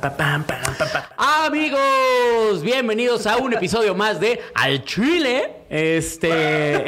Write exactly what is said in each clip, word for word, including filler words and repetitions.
Amigos, bienvenidos a un episodio más de Al Chile. Este.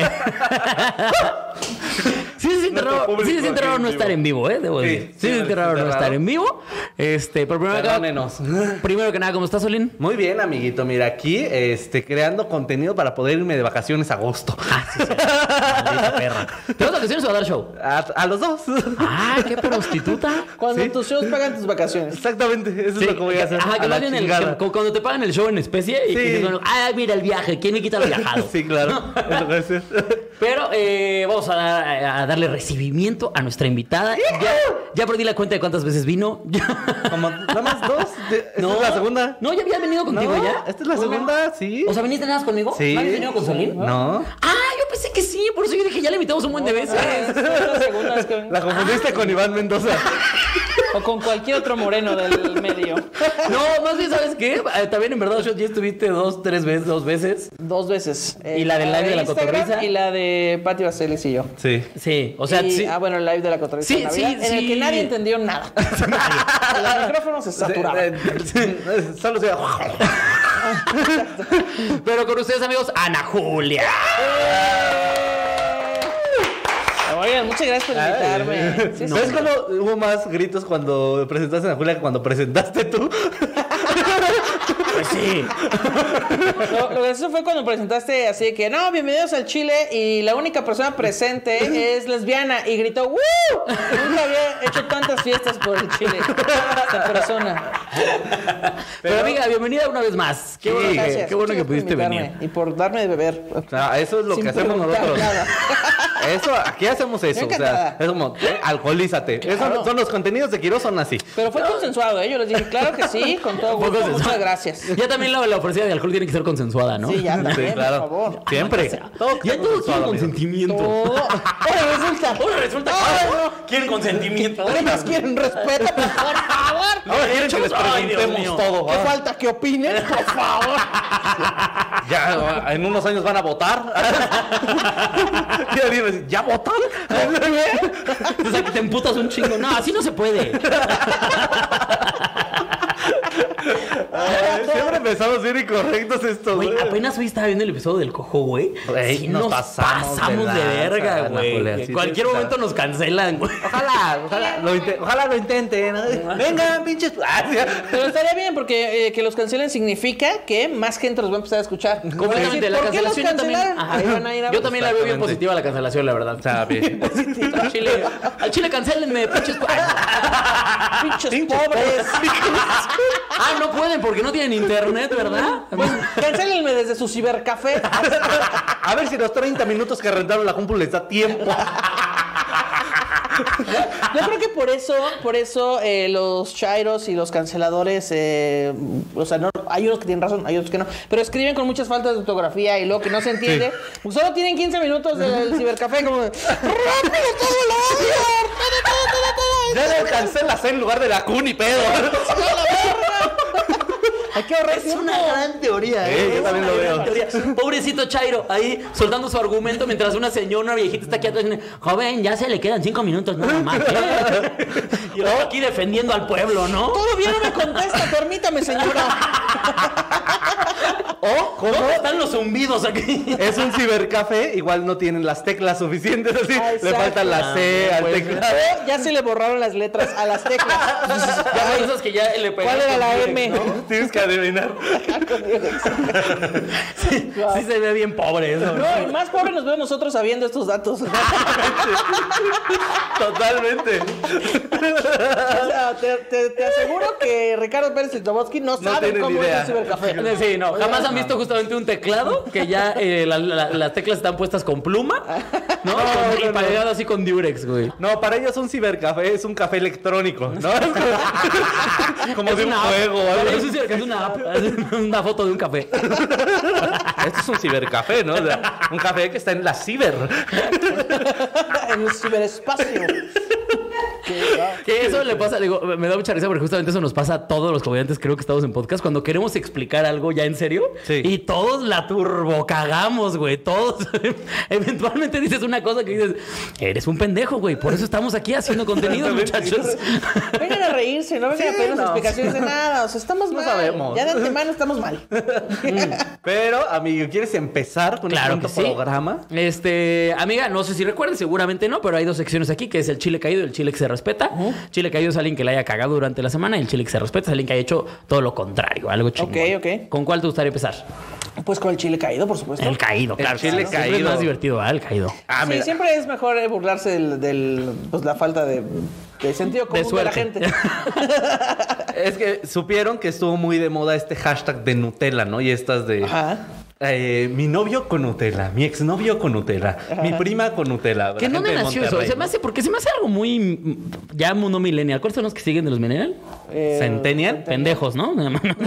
Sí se siente raro, sí se siente raro no estar en vivo, ¿eh? Debo decir. Sí, sí se siente raro no estar en vivo. Este, pero primero que nada, primero que nada, ¿cómo estás, Solín? Muy bien, amiguito. Mira, aquí, este, creando contenido para poder irme de vacaciones a agosto. Ah, sí, sí. Maldita perra. ¿Te vas de vacaciones o a dar show? A, a los dos. Ah, qué prostituta. Cuando ¿Sí? tus shows pagan tus vacaciones. Exactamente, eso Sí, es lo que voy a hacer. Ajá, que a más la bien el, chingada. que- cuando te pagan el show en especie y Sí. que dices, bueno, ah, mira el viaje, ¿quién me quita lo viajado? Sí, claro. Eso voy a hacer. Pero eh, vamos a, dar- a darle recibimiento a nuestra invitada. Ya, ya perdí la cuenta de cuántas veces vino. Como nada más dos. Esta No. es la segunda. No, ya habías venido contigo No, ya. esta es la segunda, sí. O sea, ¿viniste nada más conmigo? Sí. ¿No habías venido con Solín? No. Ah, yo pensé que sí, por eso yo dije, ya le invitamos un buen de veces. Es la segunda vez que vengo. La confundiste con Iván Mendoza. O con cualquier otro moreno del medio. No, más bien, ¿sabes qué? Eh, También en verdad, ya estuviste dos, tres veces, dos veces. Dos veces. ¿Y la del live de la Instagram cotorriza? Y la de Pati Vaselis y yo. Sí. Sí, o sea, Y- sí. Ah, bueno, el live de la cotorriza Sí, de Navidad, sí, en el sí. que nadie entendió nada. Los micrófonos se saturaban. Solo se Pero con ustedes, amigos, Ana Julia. Oigan, muchas gracias por invitarme. Sí, ¿Sabes sí. cómo hubo más gritos cuando presentaste a Julia que cuando presentaste tú? Pues sí. Lo, lo gracioso fue cuando presentaste así de que no, bienvenidos al Chile y la única persona presente es lesbiana y gritó ¡Woo! Nunca había hecho tantas fiestas por el Chile esta persona. Pero, amiga, bienvenida una vez más. Qué Sí, bueno, que, Gracias. qué bueno que Muchas gracias pudiste por invitarme venir. y por darme de beber. O sea, eso es lo Sin que hacemos preguntar nosotros. nada. Eso, aquí hacemos eso. O Encantada. sea, es como, eh, alcoholízate. Eso Claro. son los contenidos de Quirós, son así. Pero fue consensuado, ¿eh? Yo les dije, claro que sí, con todo gusto, Poco muchas sensual. gracias. Ya también la, la ofrecida de alcohol tiene que ser consensuada, ¿no? Sí, ya, también, Sí, claro. por favor. Siempre. Todo Ya todo quiere amigo. consentimiento. Todo. Ahora resulta. Ahora resulta que quieren consentimiento. Ahora nos quieren respeto, por favor. Ahora quieren que les Ay, Dios preguntemos mío. todo. ¿Qué Ah, falta que opinen? Por favor. Ya, en unos años van a votar. Ya dime, ¿ya votan? Entonces aquí te emputas un chingo. No, así no se puede. Ay, siempre empezamos bien incorrectos estos. Güey, güey. apenas hoy estaba viendo el episodio del cojo, güey. Güey, Sí nos nos pasamos pasamos, de de, lanza, verga, Ana güey. Julia, En sí, cualquier sí, momento nos cancelan, güey. Ojalá, ojalá lo, inte- ojalá lo intenten. Vengan, pinches. Ah, sí. Pero estaría bien porque eh, que los cancelen significa que más gente los va a empezar a escuchar. Completamente, la ¿Por qué los cancelación yo también. cancelaron? Ajá. Ahí van a ir a Yo ver. también la veo bien Exactamente. positiva la cancelación, la verdad. Está bien. Al Chile, al Chile cancelenme, pinches. Pinches pobres. Ah, no pueden porque no tienen internet, ¿verdad? Cancélenme desde su cibercafé. A ver si los treinta minutos que rentaron la compu les da tiempo. Yo creo que por eso, por eso eh, los chairos y los canceladores, eh, o sea, no, hay unos que tienen razón, hay otros que no, pero escriben con muchas faltas de ortografía y luego que no se entiende. Pues solo tienen quince minutos del cibercafé como de, ¡rápido todo lo odio! ¡Todo, todo, todo, todo! Ya lo cancelas en lugar de la cuni, pedo. Hay que ahorrar Es tiempo. una gran teoría, Sí, ¿eh? yo Es también una lo gran veo. teoría. Pobrecito Chairo, ahí soltando su argumento mientras una señora, una viejita está aquí atrás diciendo, joven, ya se le quedan cinco minutos nada más. ¿eh?". Y luego aquí defendiendo al pueblo, ¿no? Todavía no me contesta, permítame, señora. O, ¿cómo? ¿Dónde están los zumbidos aquí? Es un cibercafé, igual no tienen las teclas suficientes, así. Ah, Le exacto. faltan la C Ah, al pues, teclado. O ya se le borraron las letras a las teclas. Ya esos que ya le pegaron. ¿Cuál era la con M? Durex, ¿no? Tienes que adivinar. Sí, sí se ve bien pobre eso. ¿no? No, y más pobre nos vemos nosotros sabiendo estos datos. Totalmente. O sea, te, te- te aseguro que Ricardo Pérez y Slobodsky no, No saben tienen cómo es idea. el cibercafé. Sí, no, jamás han visto justamente un teclado que ya eh, la- la- las teclas están puestas con pluma, ¿no? No, Con- y no, no. pegado así con Durex, güey. No, para ellos un cibercafé es un café electrónico, ¿no? Como Es de un una app. juego. o algo Eso así. sí, es una app, es una foto de un café. Esto es un cibercafé, ¿no? O sea, un café que está en la ciber. En el ciberespacio. Que, Que eso le pasa, digo, me da mucha risa porque justamente eso nos pasa a todos los comediantes, creo que estamos en podcast, cuando queremos explicar algo ya en serio Sí. y todos la turbo cagamos, güey. Todos eventualmente dices una cosa que dices, eres un pendejo, güey. Por eso estamos aquí haciendo contenido, muchachos. Vengan a reírse, no vengan Sí, a pedirnos no. explicaciones de nada. O sea, estamos No mal. sabemos. Ya de antemano estamos mal. Pero, amigo, ¿quieres empezar con Claro este que sí. programa? Este, amiga, no sé si recuerden, seguramente no, pero hay dos secciones aquí, que es el chile caído y el chile que se respeta. Chile caído es alguien que le haya cagado durante la semana y el chile que se respeta es alguien que haya hecho todo lo contrario, algo chingón. Ok, ok. ¿Con cuál te gustaría empezar? Pues con el chile caído, por supuesto. El caído, El claro. chile Siempre caído. es más divertido, ¿verdad? El caído. Ah, Sí, mira. siempre es mejor eh, burlarse del, del pues la falta de, de sentido común de, la suerte. gente. Es que supieron que estuvo muy de moda este hashtag de Nutella, ¿no? Y estas de... Ajá. eh, mi novio con Nutella, mi exnovio con Nutella, mi prima con Nutella. ¿Que la dónde gente de nació eso? Monterrey, Se me hace, porque se me hace algo muy mm, ya mundo millennial. ¿Cuáles son los que siguen de los millennial? Eh, ¿Centennial? Pendejos, ¿no? no tengo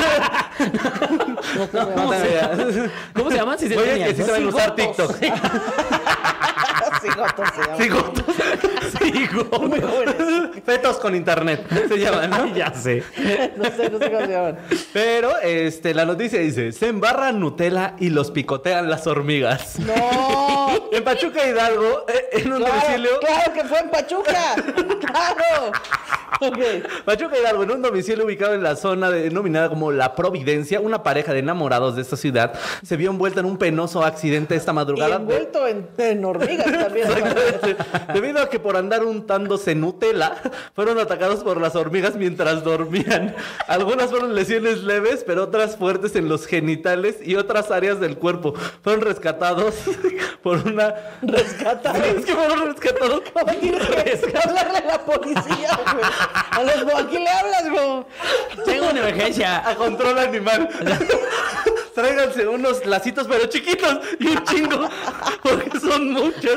No idea. tengo idea. ¿Cómo se llama? Sí, Oye, centennial, que sí ¿no? saben usar Cigotos. TikTok. Cigotos se llama. Cigotos. Muy jóvenes. Fetos con internet se llaman, ¿no? Ya sé. No sé, no sé cómo se llaman. Pero este, la noticia dice: se embarran Nutella y los picotean las hormigas. No. En Pachuca Hidalgo, eh, en un Claro, domicilio. claro que fue en Pachuca. Claro. Ok. Pachuca Hidalgo, en un domicilio ubicado en la zona denominada como La Providencia, una pareja de enamorados de esta ciudad se vio envuelta en un penoso accidente esta Y madrugada. envuelto en, en hormigas también. Exactamente. Debido a que por andar untándose Nutella, fueron atacados por las hormigas mientras dormían. Algunas fueron lesiones leves, pero otras fuertes en los genitales y otras áreas del cuerpo. Fueron rescatados por una... Rescatados. Es que fueron rescatados. ¿Cómo tienes que hablarle a la policía, güey? A los, ¿a quién le hablas, güey? Tengo una emergencia. A control animal. Tráiganse unos lacitos pero chiquitos y un chingo, porque son muchos.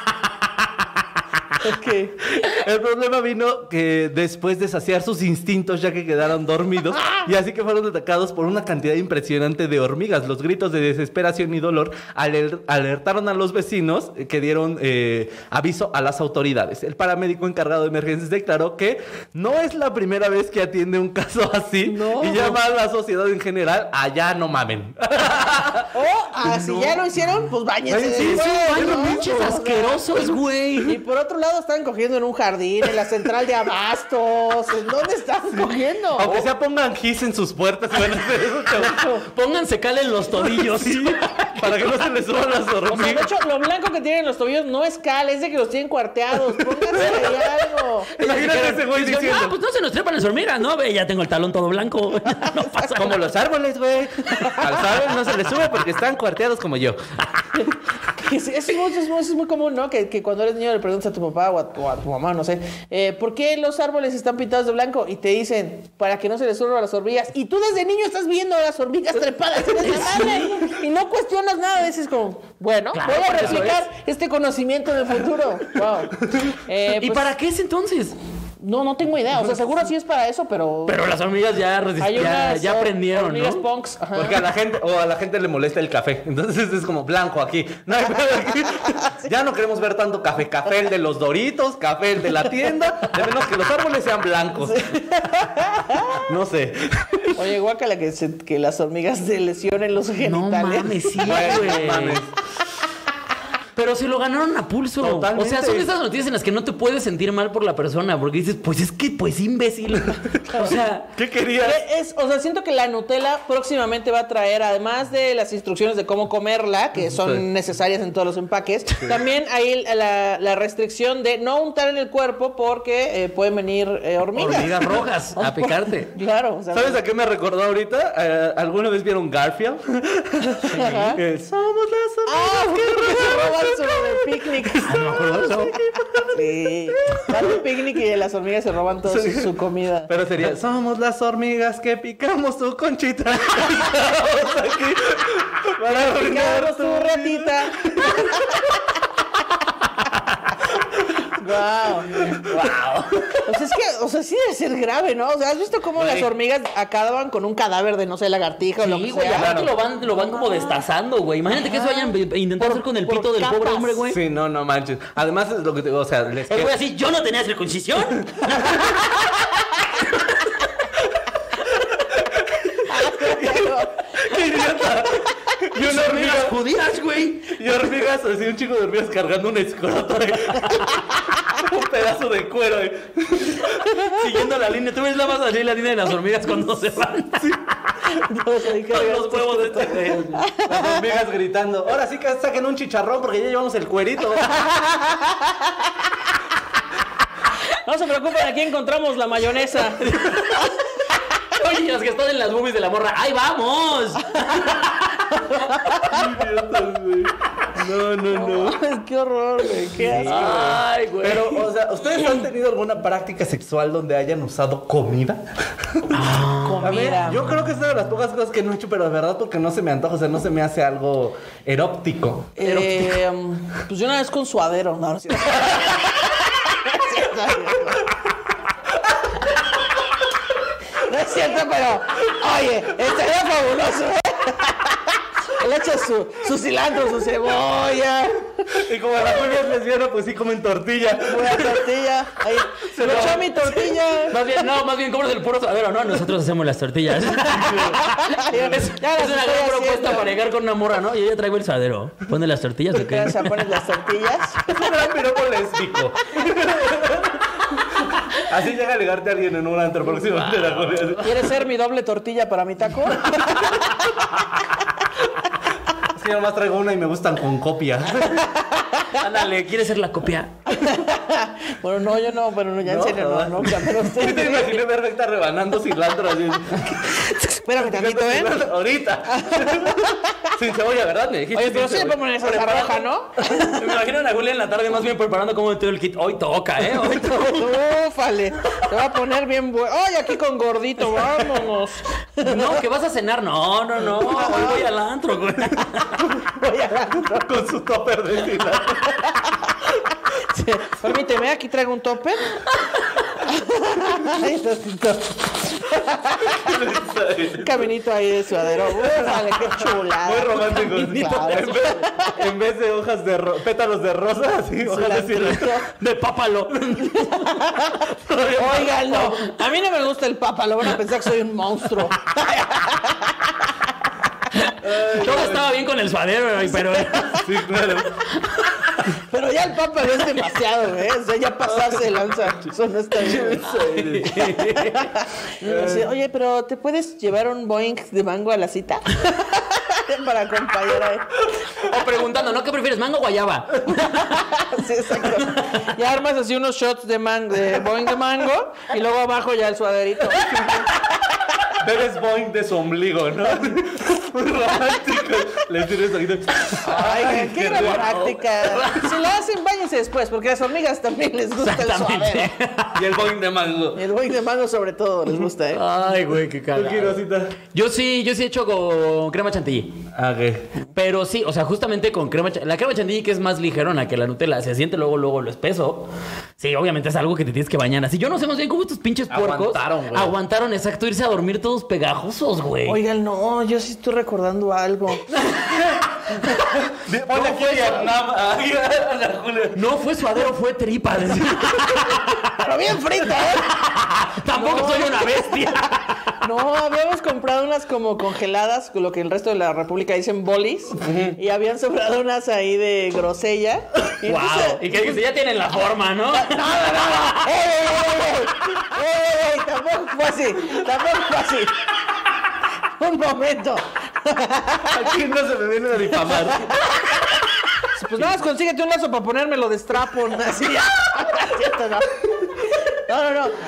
Ok. El problema vino que después de saciar sus instintos, ya que quedaron dormidos, y así que fueron atacados por una cantidad impresionante de hormigas. Los gritos de desesperación y dolor aler- alertaron a los vecinos, eh, que dieron eh, aviso a las autoridades. El paramédico encargado de emergencias declaró que no es la primera vez que atiende un caso así, No. y llama a la sociedad en general a ya no mamen. O, ah, si ya lo hicieron, pues bañense. Sí, sí, después, Ay, ¿no? no pinches O sea, asquerosos, güey. Y por otro lado están cogiendo en un jardín, en la central de abastos. ¿En dónde están cogiendo? Aunque sea pongan gis en sus puertas, van a hacer eso, chavos. Pónganse cal en los tobillos. Sí, para que no se les suban las O sea, de hormigas. hecho, lo blanco que tienen los tobillos no es cal, es de que los tienen cuarteados. Pónganse ahí algo. Imagínate ese güey Dijeron, diciendo. ah, pues no se nos trepan las hormigas, ¿no? Ve, ya tengo el talón todo blanco. No pasa Como los árboles, güey. Al árbol no se les sube porque están cuarteados como yo. Es, es, muy, es, muy, es muy común, ¿no? Que, que cuando eres niño le preguntas a tu papá o a, o a tu mamá, no sé, eh, ¿por qué los árboles están pintados de blanco? Y te dicen, para que no se les suban las hormigas. Y tú desde niño estás viendo a las hormigas trepadas en esa madre y no cuestionas nada. Dices como, bueno, Claro, voy a por eso replicar este conocimiento en el futuro. Wow. Eh, ¿Y pues, para qué es entonces? No, no tengo idea. O sea, seguro sí es para eso, pero... Pero las hormigas ya, hay resist- ya, unas ya hor- aprendieron, hormigas ¿no? punks. Ajá. Porque a la gente, o a la gente le molesta el café. Entonces es como blanco aquí. No hay pedo aquí. Ya no queremos ver tanto café. Café el de los Doritos, café el de la tienda. De menos que los árboles sean blancos. No sé. Oye, guácala que, se- que las hormigas se lesionen los No genitales. mames, sí, Güey, güey. no mames. Pero se lo ganaron a pulso. Totalmente. O sea, son estas noticias en las que no te puedes sentir mal por la persona, porque dices, pues es que, pues imbécil. O sea, ¿Qué querías? Es, o sea, siento que la Nutella próximamente va a traer, además de las instrucciones de cómo comerla, que son Sí. necesarias en todos los empaques, también hay la, la restricción de no untar en el cuerpo porque eh, pueden venir eh, hormigas. hormigas rojas a picarte. Claro. O sea, ¿Sabes a qué me recordó ahorita? Eh, ¿Alguna vez vieron Garfield? Ajá. Eh, Somos las Ah, hormigas que porque se roban. roban su de picnic. Ah, no me acuerdo de eso. Sí. Van de picnic y las hormigas se roban toda su, su comida. Pero sería, somos las hormigas que picamos tu conchita. Estamos aquí para arruinar Picamos tu ratita. Wow. Wow. O sea, es que, o sea, sí debe ser grave, ¿no? O sea, ¿has visto cómo Güey. las hormigas acaban con un cadáver de, no sé, lagartija o lo que Sí, güey, sea? aparte lo van, lo van como destazando, güey. Imagínate que eso vayan a intentar Por- hacer con el por pito del pobre capas. hombre, güey. Sí, no, no manches. Además es lo que te digo, o sea, les El güey así, yo no tenía circuncisión. ¡Qué idiota! Y una hormiga, judías, güey. y hormigas, así un chico de hormigas cargando un escroto, eh. Un pedazo de cuero, eh. Siguiendo la línea. ¿Tú ves la más así la línea de las hormigas cuando se van? No sé qué Con hagas. los huevos de este güey. Las hormigas gritando. Ahora sí que saquen un chicharrón porque ya llevamos el cuerito. No se preocupen, aquí encontramos la mayonesa. Oye, las que están en las boobies de la morra. ¡Ay, vamos! Idiotas, güey. No, no, no. Ay, qué horror, güey. Qué asco. Ay, güey. Pero, o sea, ¿ustedes han tenido alguna práctica sexual donde hayan usado comida? A ver, Comida. yo creo que es una de las pocas cosas que no he hecho, pero de verdad porque no se me antoja, o sea, no se me hace algo eróptico. Eh, pues yo una vez con suadero. No, no es cierto. No es cierto, pero oye, estaría fabuloso, ¿eh? Le echa su, su cilantro, su cebolla, Y como las mujeres lesbianas, pues sí comen tortilla. una tortilla. Ahí, se lo echó a mi tortilla. Más bien, no, más bien, cómprate el puro suadero. No, nosotros hacemos las tortillas. es Ya las es una estoy gran propuesta haciendo. para llegar con una morra, ¿no? Y ella traigo el suadero. ¿Pone las tortillas o qué? O sea, pones las tortillas. Es un gran piropo lésbico. Así llega a ligarte a alguien en un antro próximamente. La Julia. ¿Quieres ser mi doble tortilla para mi taco? Es que yo nomás traigo una y me gustan con copia. Ándale, ¿quieres ser la copia? Bueno, no, yo no, pero no, ya en No, serio, no, ¿verdad? no, pero Sí, te usted. imaginé perfecta rebanando cilantro así. Espérame tantito, ¿eh? Ahorita. Sin cebolla, ¿verdad? Me dijiste Oye, pero sin sí le cebolla. ponen esa salsa roja, ¿no? Me imagino a la Julia en la tarde más bien preparando cómo todo el kit. Hoy toca, ¿eh? Hoy toca. Ufale, te va a poner bien bueno. Ay, aquí con gordito, vámonos. No, que vas a cenar. No, no, no. Hoy voy al antro, güey. Voy a Con su topper de cilantro. Sí, permíteme, aquí traigo un topper. Ahí está, un caminito ahí de suadero. Ufale, qué chulada. Muy romántico. Claro. En vez, en vez de hojas de ro- pétalos de rosa, así, hojas de cilantro. De pápalo. Oigan, no. A mí no me gusta el papa, lo van a pensar que soy un monstruo. Todo estaba bien con el suadero, pero. Sí, claro. Pero ya el papa no es demasiado, ¿eh? O sea, ya pasarse de lanza. Eso no está bien. Así, oye, pero ¿te puedes llevar un Boeing de mango a la cita? Para acompañar a él. O preguntando, ¿no? ¿Qué prefieres, mango o guayaba? Sí, exacto. Ya armas así unos shots de, man de Boeing de mango y luego abajo ya el suaderito. Bebes Boeing de su ombligo, ¿no? Muy romántico. Le tienes ahí de... Ay, qué, qué gran rico. práctica. Si lo hacen, váyanse después, porque a las hormigas también les gusta el Exactamente. suadero. Y el Boeing de mango. Y el Boeing de mango sobre todo les gusta, ¿eh? Ay, güey, qué ¿Tú cagado. qué, Rosita? Yo sí, yo sí he hecho con crema chantilly. Ah, ¿qué? Pero sí, o sea, justamente con crema chantilly. La crema chantilly que es más ligerona que la Nutella, se siente luego, luego lo espeso. Sí, obviamente es algo que te tienes que bañar. Así yo no sé más bien cómo estos pinches puercos Aguantaron, güey. aguantaron, exacto, irse a dormir todos pegajosos, güey. Oigan, no, yo sí estoy recordando algo. Ponle aquí Vietnam. Ay, a la Julia. No fue suadero, fue tripa. Pero bien frita, ¿eh? Tampoco soy una bestia. No, habíamos comprado unas como congeladas, lo que el resto de la república dicen bolis, y habían sobrado unas ahí de grosella. Y Wow. entonces- Y que dice, ya tienen la forma, ¿no? No, no, no, no. ¡Ey, ey, ey, ey! ¡Ey! Tampoco fue así, tampoco fue así. Un momento. Aquí no se me viene a difamar. Pues nada más consíguete un lazo para ponérmelo de strapon, así ya. Cierto, no. No, no, no.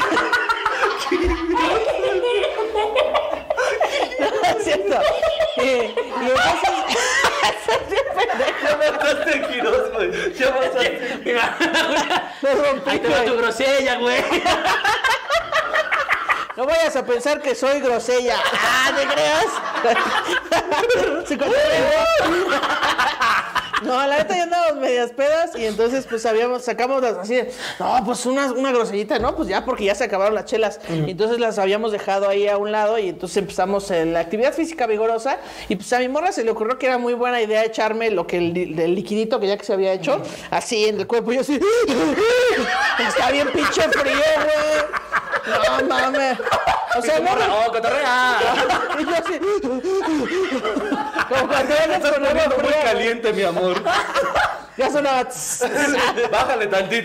No, es cierto. Eh, y entonces... Ya mataste a Quiroz, güey. Ya mataste. Me rompí, Ahí te va güey. tu grosella, güey. No vayas a pensar que soy grosella. Ah, ¿te creas? Sí, cuando veo- No, la neta ya andábamos medias pedas y entonces pues habíamos, sacamos las así de, no, pues una, una groserita, ¿no? Pues ya porque ya se acabaron las chelas. Uh-huh. Y entonces las habíamos dejado ahí a un lado y entonces empezamos en la actividad física vigorosa y pues a mi morra se le ocurrió que era muy buena idea echarme lo que el, el liquidito que ya que se había hecho, uh-huh. así en el cuerpo. Y yo así, está bien pinche frío, güey. No mames. O sea, no, no, cotorrea. Y yo así, como cuando te estás poniendo muy caliente, mi amor. Ya sonaba. Bájale tantito.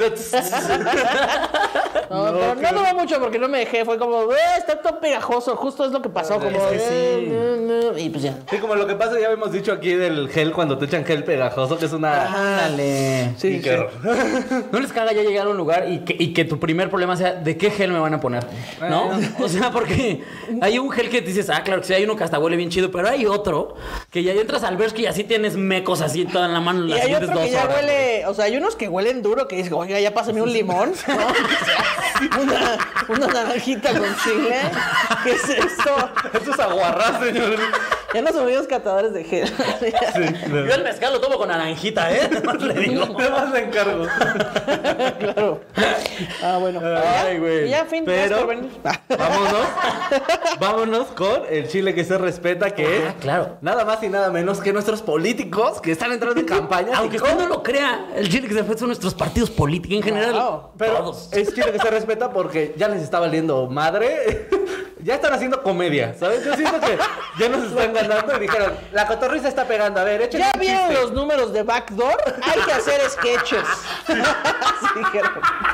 No, no, pero no duró mucho porque no me dejé. Fue como, eh, está todo pegajoso. Justo es lo que pasó. Como, es que sí. eh, y pues ya. Sí, como lo que pasa, ya habíamos dicho aquí del gel cuando te echan gel pegajoso, que es una. Ándale. Sí, sí. No les caga ya llegar a un lugar y que, y que tu primer problema sea ¿de qué gel me van a poner? ¿No? O sea, porque hay un gel que dices, ah, claro que sí, hay uno que hasta huele bien chido, pero hay otro que ya entras al Bershka y así tienes mecos así toda en la mano las y hay otro dos que ya horas, huele, o sea, hay unos que huelen duro que dices, oiga, ya pásame un limón, ¿no? una, una naranjita con chile. ¿Qué es esto? Esto es aguarrás, señor. Ya nos subimos catadores de gel. Sí, no. Yo el mezcal lo tomo con naranjita, ¿eh? Además le digo. Además le encargo. Claro. Ah, bueno. Ay, güey. Ya, fin. Pero, vámonos. Vámonos con el chile que se respeta, que ah, claro. Nada más y nada menos que nuestros políticos que están entrando en campaña. Aunque usted no lo crea, el chile que se respeta son nuestros partidos políticos en general. Wow. Pero todos. es chile que se respeta porque ya les está valiendo madre. Ya están haciendo comedia, ¿sabes? Yo siento que ya nos están ganando y dijeron, la cotorriza está pegando, a ver, échale ¿Ya un vieron chiste. los números de Backdoor? Hay que hacer sketches. Así dijeron.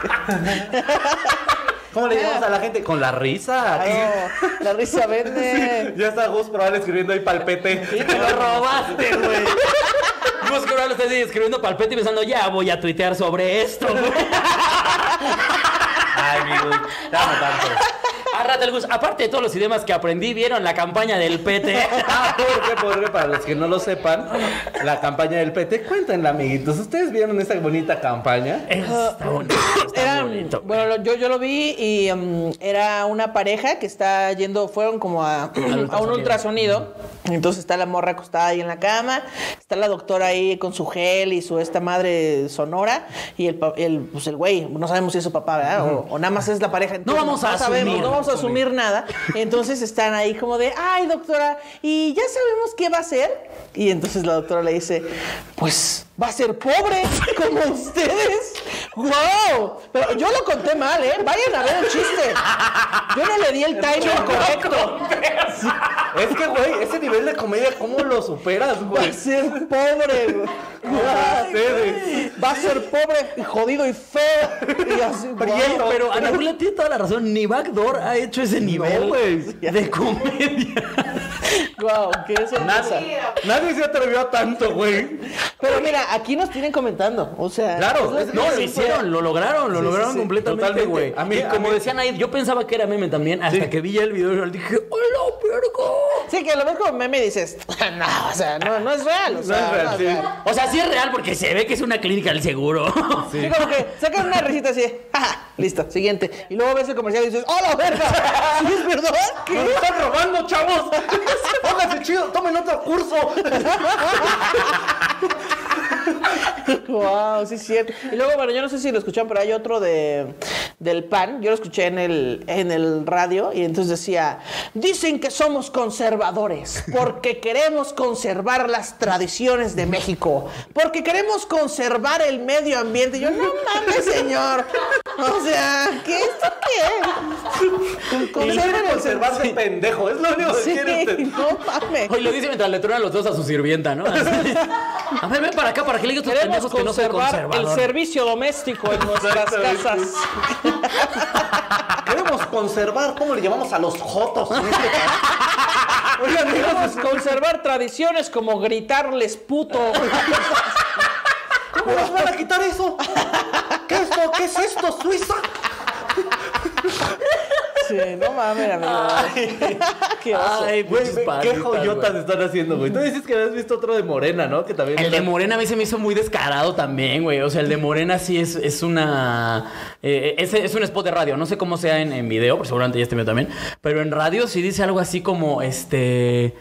¿Cómo le llamamos a la gente? Con la risa. Ay, no, la risa vende. Sí. Ya está Gus probable escribiendo ahí palpete. Y te lo robaste, güey. Gus que ahora lo estás escribiendo palpete y pensando, ya voy a tuitear sobre esto, güey. Ay, mi Gus, te amo tanto. Arrate el Gus. Aparte de todos los idiomas que aprendí, ¿vieron la campaña del P T? Ah, porque, porque, para los que no lo sepan, la campaña del P T, cuéntenla, amiguitos. ¿Ustedes vieron esta bonita campaña? Está bonito, está Era, bonito. bueno, lo- yo, yo lo vi y um, era una pareja que está yendo, fueron como a, a un ultrasonido. Entonces está la morra acostada ahí en la cama, está la doctora ahí con su gel y su esta madre sonora y el, pa- el pues el güey, no sabemos si es su papá, ¿verdad? O, o nada más es la pareja. Entonces, vamos a sabemos, asumir. no vamos a asumir nada. Entonces están ahí como de, ay doctora, y ya sabemos qué va a hacer. Y entonces la doctora le dice, pues va a ser pobre como ustedes. ¡Wow! Pero yo lo conté mal, ¿eh? Vayan a ver el chiste. Yo no le di el timing correcto. Es que, güey, ese nivel de comedia, ¿cómo lo superas, Va güey? a ser pobre, güey. Ustedes. Va a ser pobre y jodido y feo. Y así, Oye, wow. pero Ana Julia tiene toda la razón. Ni Backdoor ha hecho ese nivel güey. de comedia. Wow, qué sorpresa. Nadie se atrevió a tanto, güey. Pero mira, aquí nos tienen comentando. O sea, Claro, es No, que lo sí hicieron, lo lograron, lo Sí, lograron sí, sí, completamente, totalmente. güey. A mí- Y a como mí- decían ahí, yo pensaba que era meme también, hasta Sí. que vi el video y dije, ¡hola, vergo! Sí, que lo ves como meme y dices, no, o sea, no, no es real. O No sea, es real, no, sí. o sea, O sea, sí es real porque se ve que es una clínica del seguro. sí, como que sacan una risita así, jaja, listo, siguiente. Y luego ves el comercial y dices, ¡oh, la verga! ¿Sí es verdad? ¿Qué? ¡Nos están robando, chavos! Pónganse chido, tomen otro curso. Wow, sí es cierto. Y luego, bueno, yo no sé si lo escucharon, pero hay otro de del P A N. Yo lo escuché en el, en el radio y entonces decía, dicen que somos conservadores porque queremos conservar las tradiciones de México, porque queremos conservar el medio ambiente. Y yo, no mames, señor. O sea, ¿qué esto qué? Y Conserven quiere el conservarse pendejo, es lo único que Sí, quiere usted. no mames. Hoy lo dice mientras le truenan los dos a su sirvienta, ¿no? Así. A ver, ven para acá para que le diga a tus Queremos pendejos que no soy conservar el conservador. servicio doméstico en nuestras Exactamente. casas. Queremos conservar, ¿cómo le llamamos a los jotos? Oigan, queremos conservar tradiciones como gritarles puto. ¿Cómo nos van a quitar eso? ¿Qué, esto, ¿Qué es esto, Suiza? Sí, no mames, amigo. Qué oso. Ay, Güey, pinches ve, qué palitas, joyotas güey. están haciendo, güey. Tú dices que habías visto otro de Morena, ¿no? Que también El de era- Morena a mí se me hizo muy descarado también, güey. O sea, el de Morena sí es, es una... Eh, es, es un spot de radio. No sé cómo sea en, en video, porque seguramente ya este mío también. Pero en radio sí dice algo así como, este...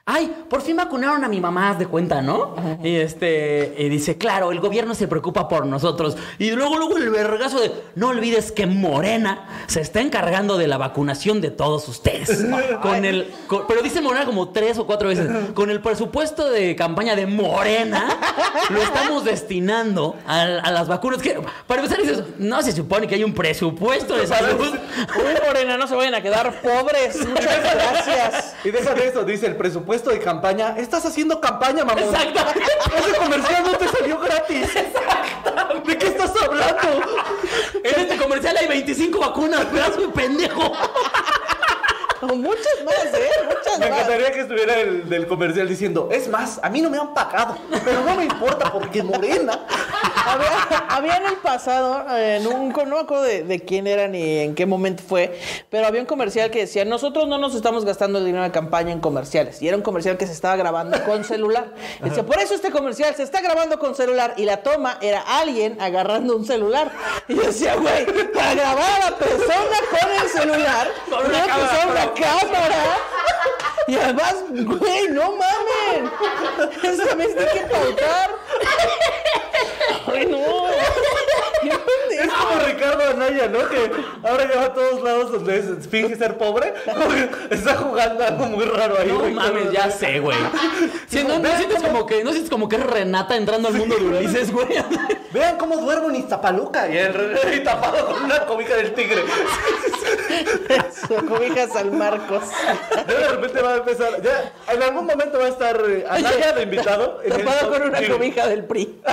ay, por fin vacunaron a mi mamá, haz de cuenta, ¿no? Uh-huh. Y este, y dice, claro, el gobierno se preocupa por nosotros. Y luego, luego el vergazo de, no olvides que Morena se está encargando de la vacunación de todos ustedes. Con el, con, pero dice Morena como tres o cuatro veces. Con el presupuesto de campaña de Morena, lo estamos destinando a, a las vacunas. Que, para empezar, dices, no se supone que hay un presupuesto de salud. Uy, Morena, no se vayan a quedar pobres. Muchas gracias. Y deja de eso, dice el presupuesto de campaña. Estás haciendo campaña, mamón. Exacto. Ese comercial no te salió gratis. Exacto. ¿De qué estás hablando? En este comercial hay veinticinco vacunas, pedazo de pendejo. Muchas más, ¿eh? Muchas Me más. encantaría que estuviera el del comercial diciendo, es más, a mí no me han pagado, pero no me importa porque Morena. Había, había en el pasado, eh, en un, no me acuerdo de, de quién era ni en qué momento fue, pero había un comercial que decía, nosotros no nos estamos gastando el dinero de campaña en comerciales. Y era un comercial que se estaba grabando con celular. Y decía, por eso este comercial se está grabando con celular. Y la toma era alguien agarrando un celular. Y yo decía, güey, para grabar a la persona con el celular, con una cámara, que una cámara. Y además, güey, no mamen. Eso también tiene que pautar. Ay, no. Es como Ricardo Anaya, ¿no? Que ahora que va a todos lados donde es, finge ser pobre, está jugando algo muy raro ahí. No güey. mames, ya sé, güey. Sí, no, no sientes como que, no sientes como que es Renata entrando al mundo de Ulises, güey. Vean cómo duermo en Iztapaluca. Y el René tapado con una cobija del tigre. Eso, cobija San Marcos. Ya de repente va a empezar. Ya, en algún momento va a estar eh, Anaya de invitado. en el Tapado top- con una sí. cobija del P R I.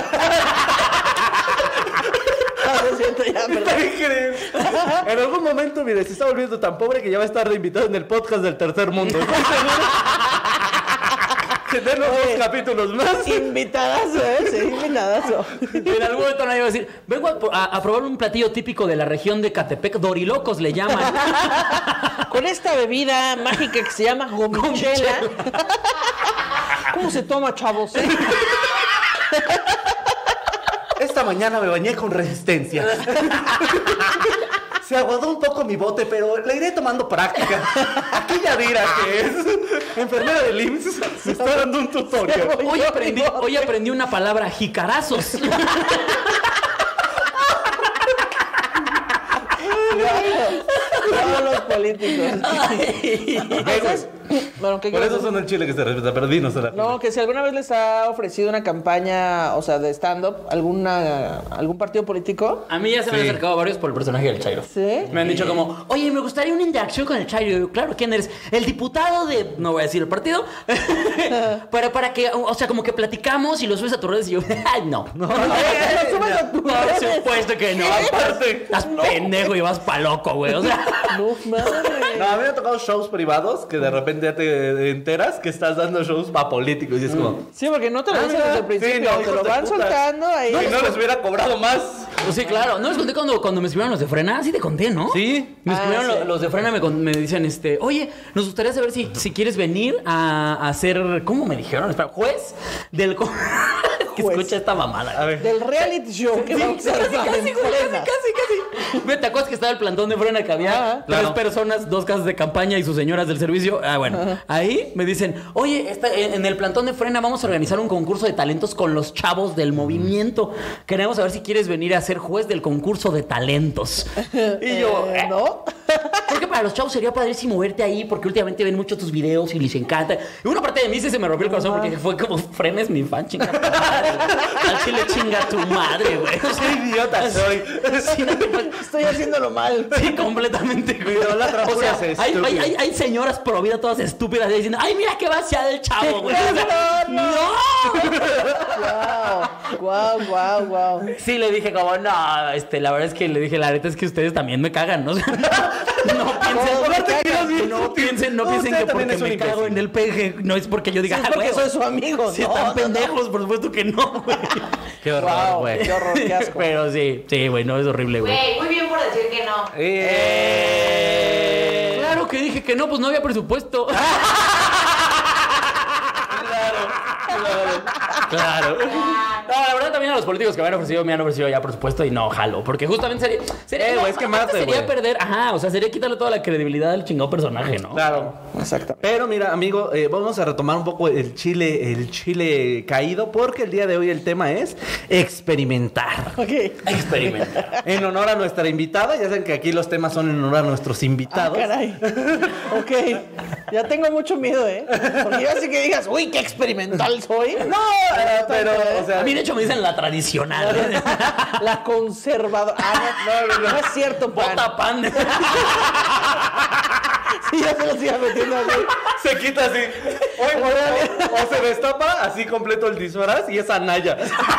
Ah, lo siento, ya, perdón. Está increíble. En algún momento, mire, se está volviendo tan pobre que ya va a estar de invitado en el podcast del tercer mundo. Tener los dos capítulos más. Invitadazo, ¿eh? Sí, invitadazo. En algún momento nadie va a decir, vengo a, a- a probar un platillo típico de la región de Catepec, dorilocos le llaman. Con esta bebida mágica que se llama gomichela. ¿Cómo se toma, chavos? eh? Esta mañana me bañé con resistencia. Se aguadó un poco mi bote, pero le iré tomando práctica. Aquí Yadira, que es enfermera del I M S S, me está dando un tutorial. Hoy aprendí, hoy aprendí una palabra, jicarazos. Todos los políticos. Entonces, bueno, ¿qué Por quieres eso decir? son el chile que se respeta, pero dinos a la No, que si alguna vez les ha ofrecido una campaña, o sea, de stand-up, alguna, algún partido político. A mí ya se me han Sí. acercado varios por el personaje del Chairo. ¿Sí? Me han dicho como, oye, me gustaría una interacción con el Chairo. Y yo, claro, ¿quién eres? El diputado de... No voy a decir el partido. Pero para que, o sea, como que platicamos y lo subes a tus redes y yo, ay, no. No, Ay, lo subes a tus por redes. supuesto que no. Aparte, estás pendejo y vas pa' loco, güey. O sea... No, madre. No, a mí me han tocado shows privados que de repente ya te enteras que estás dando shows para políticos y es como... Sí, porque no te lo Ah, dicen desde el sí, principio, no, te hijos lo de van puta. soltando ahí. No, y no les hubiera cobrado más. Pues sí, claro. No les conté cuando, cuando me escribieron los de Frena. Sí te conté, ¿no? Sí. Me Ah, escribieron sí. lo- los de Frena, me, con- me dicen, este, oye, nos gustaría saber si, si quieres venir a, a ser, ¿cómo me dijeron? Espera, juez del... co- que Juez. escucha esta mamada. A ver. Del reality show que Sí, vamos a casi, hacer casi, en güey, casi, Frena. casi, casi. Ve, ¿te acuerdas que estaba el plantón de Frena que había Ajá. tres Claro. personas, dos casas de campaña y sus señoras del servicio? Ah, bueno. Ahí me dicen, oye, está- en en el plantón de Frena vamos a organizar un concurso de talentos con los chavos del movimiento. Queremos saber si quieres venir a ser juez del concurso de talentos. Y yo, Eh, ¿no? creo que para los chavos sería padrísimo verte ahí porque últimamente ven mucho tus videos y les encanta. Y una parte de mí sí se me rompió el corazón porque fue como, Frena es mi fan, chinga tu madre. Al chile chinga tu madre, güey. O sea, Qué idiota soy. sí, no te puedes- Estoy haciéndolo mal. Sí, completamente, güey. Idolatra O sea, puras hay, hay, estúpidas. hay, hay señoras pro vida todas estúpidas ahí diciendo, ay, mira qué vaciada el chavo, güey. O sea, No, no. ¡no! Guau, guau, guau. Sí, le dije como, no, este, la verdad es que le dije, la neta es que ustedes también me cagan, ¿no? O sea, no, no piensen, No, Aparte me que eres bien no piensen, no Usted piensen que también porque es un me cago imbécil. en el peje, no es porque yo diga, Sí, ah, es porque güey, soy su amigo. si No, están no, no. pendejos, por supuesto que no, güey. Qué horror, Guau, güey. qué horror, qué asco. Pero sí, sí, güey, no, es horrible, güey. Güey, muy bien por decir que no. Eh. Claro que dije que no, pues no había presupuesto. Claro, claro. Claro. No, la verdad también a los políticos que me han ofrecido, me han ofrecido ya, por supuesto, y no jalo. Porque justamente sería... sería Eh, no, güey, es que aparte mate, sería güey. perder... Ajá, o sea, sería quitarle toda la credibilidad al chingado personaje, ¿no? Claro. Exacto. Pero mira, amigo, eh, vamos a retomar un poco el chile, el chile caído, porque el día de hoy el tema es experimentar. Ok. Experimentar. En honor a nuestra invitada, ya saben que aquí los temas son en honor a nuestros Ah, invitados. caray. Ok. Ya tengo mucho miedo, ¿eh? Porque yo así que digas, uy, qué experimental soy. No, eh, pero, o sea, A mí, de hecho, me dicen la tradicional. ¿eh? La conservadora. Ah, no, no, no, no es cierto, pan. Bota pan. Sí, ya se lo siga metiendo así. se quita así. O, o- o se destapa así completo el disfraz y es Anaya.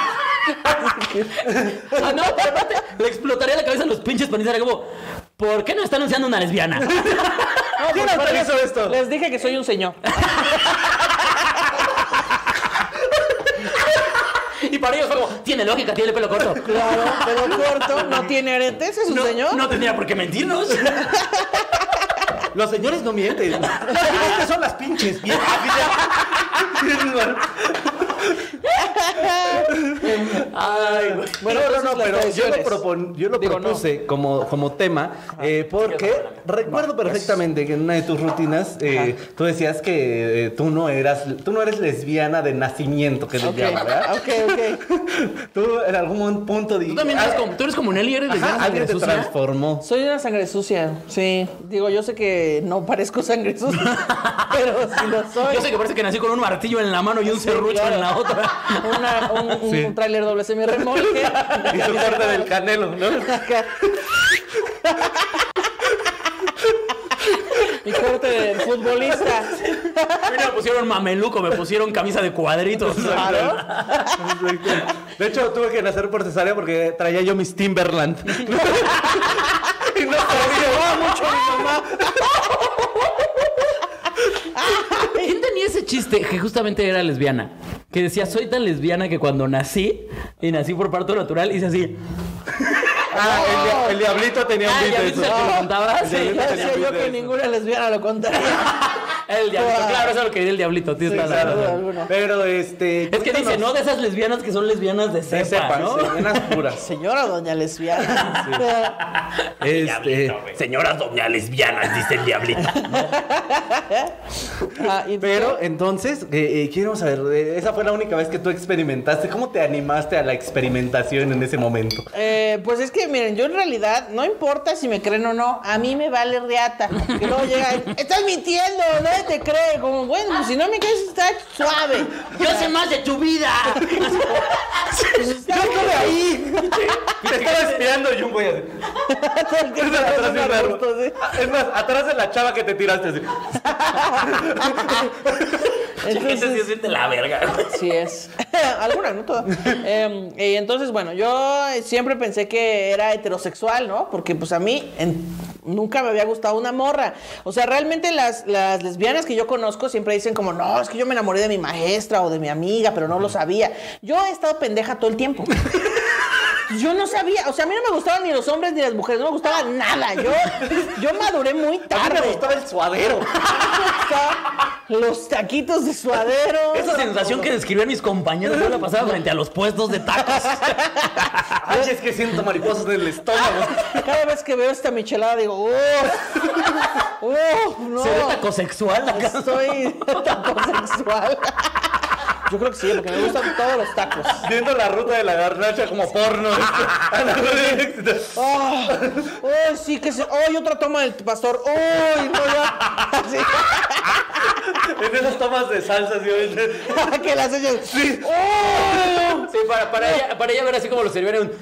Ah, no, pero aparte, le explotaría la cabeza a los pinches panistas. Como, ¿por qué no está anunciando una lesbiana? No, ¿Quién pues, autorizó les- esto? Les dije que soy un señor. Y para ellos fue como, tiene lógica, tiene el pelo corto. Claro, pelo corto, no tiene aretes, es un No, señor. no tendría por qué mentirnos. Los señores no mienten. Estas son las pinches viejas. Ay, güey. Bueno, no, no, entonces no, las pero yo lo, tradiciones. propon- yo lo Digo, propuse como, como tema eh, porque recuerdo perfectamente que en una de tus rutinas eh, tú decías que eh, tú no eras, tú no eres lesbiana de nacimiento, que le Ok, llaman, ¿verdad? ok, ok. Tú en algún punto Tú dijiste... también eres como, tú eres como Nelly, eres lesbiana, Ajá, alguien te sangre sucia. transformó. Soy una sangre sucia, sí. Digo, yo sé que no parezco sangre sucia, pero sí lo soy. Yo sé que parece que nací con un martillo en la mano y un serrucho claro. en la otra. Una- un, un, Sí. un tráiler doble semi-remolque. Y su corte del canelo, ¿no? Acá. Mi corte de futbolista. A mí no me pusieron mameluco, me pusieron camisa de cuadritos. Claro. De hecho, tuve que nacer por cesárea porque traía yo mis Timberland. Y no sabía mucho mi mamá. ¿Quién tenía ese chiste que justamente era lesbiana? Que decía, soy tan lesbiana que cuando nací, y nací por parto natural, hice así. Ah, el, dia- el diablito tenía un Ah, beat ¿ya de viste eso. el que lo contaba? El Sí. diablito Ya tenía decía un yo beat de que eso. ninguna lesbiana lo contaría. El diablito, Wow. claro, eso es lo que diría el diablito. Tienes Sí, toda la claro, razón. alguno. Pero este. Es que dice, no de esas lesbianas que son lesbianas de cepa, Se sepa, ¿no? lesbianas puras. Señora doña lesbiana. Este. Señoras doña lesbianas, dice el diablito. Ah, y- Pero entonces, eh, eh, quiero saber, eh, esa fue la única vez que tú experimentaste. ¿Cómo te animaste a la experimentación en ese momento? Eh, pues es que, miren, yo en realidad, no importa si me creen o no, a mí me vale riata. Que luego llegan, estás mintiendo, nadie te cree. Como, bueno, pues si no me crees, está suave. Yo sé más de tu vida. Pues está de ahí! Te estaba espiando y un güey así. todo el tiempo Atrás haciendo de un árbol. arbustos, ¿sí? Es más, atrás de la chava que te tiraste así. Ese sí es de la verga. Así es. Algunas, no todas. Eh, y entonces, bueno, yo siempre pensé que era heterosexual, ¿no? Porque pues a mí en- nunca me había gustado una morra. O sea, realmente las, las lesbianas que yo conozco siempre dicen como, no, es que yo me enamoré de mi maestra o de mi amiga, pero no lo sabía. Yo he estado pendeja todo el tiempo. Yo no sabía, o sea, a mí no me gustaban ni los hombres ni las mujeres, no me gustaba nada. Yo, yo maduré muy A mí tarde. me gustaba el suadero. Los taquitos de suadero. Esa sensación que describían mis compañeros, yo la pasaba frente a los puestos de tacos. Ay, es que siento mariposas en el estómago. Cada vez que veo esta michelada digo, ¡oh! ¡Oh! ¡No! Se ve tacosexual acá. Soy tacosexual. Yo creo que sí, porque me gustan todos los tacos. Viendo la ruta de la garnacha como porno. ¡Oh! ¡Oh, sí que se! ¡Oh, y otra toma del pastor! ¡Oh! Y no ya. Así. En esas tomas de salsa, ¿sí? Que las ellas. Sí. ¡Oh! Sí, para, para, ella, para ella ver así como lo servían en un...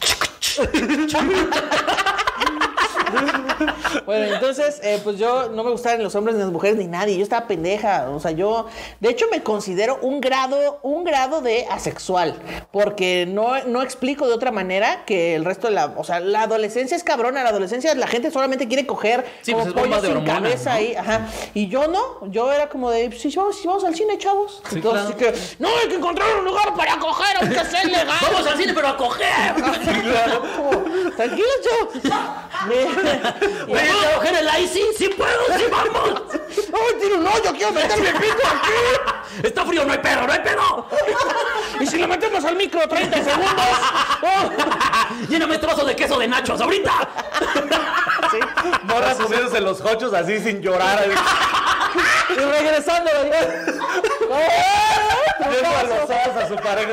Bueno, entonces, eh, pues yo no me gustaban ni los hombres ni las mujeres ni nadie. Yo estaba pendeja. O sea, yo, de hecho, me considero un grado, un grado de asexual. Porque no, no explico de otra manera que el resto de la. O sea, la adolescencia es cabrona. La adolescencia, la gente solamente quiere coger Sí, como pues es pollo bomba de sin hormonas, cabeza ¿no? ahí. Ajá. Y yo no. Yo era como de, sí, vamos, sí, vamos al cine, chavos. Sí, Entonces, claro. así que, no, hay que encontrar un lugar para coger, aunque sea ilegal. Vamos al cine, pero a coger. Como, tranquilo, chavos. ¿Puedo coger el I C? ¡Sí puedo! ¡Sí, vamos! ¡Ay, tiene un hoyo! ¡Quiero meterme el pito aquí! ¡Está frío! ¡No hay pedo! ¡No hay pedo! ¿Y si le metemos al micro treinta segundos? Oh. ¡Lléname trozo de queso de nachos ahorita! Sí. Morras comiéndose los hochos así sin llorar. Y regresando, ¿verdad? Viendo a los ojos a su pareja.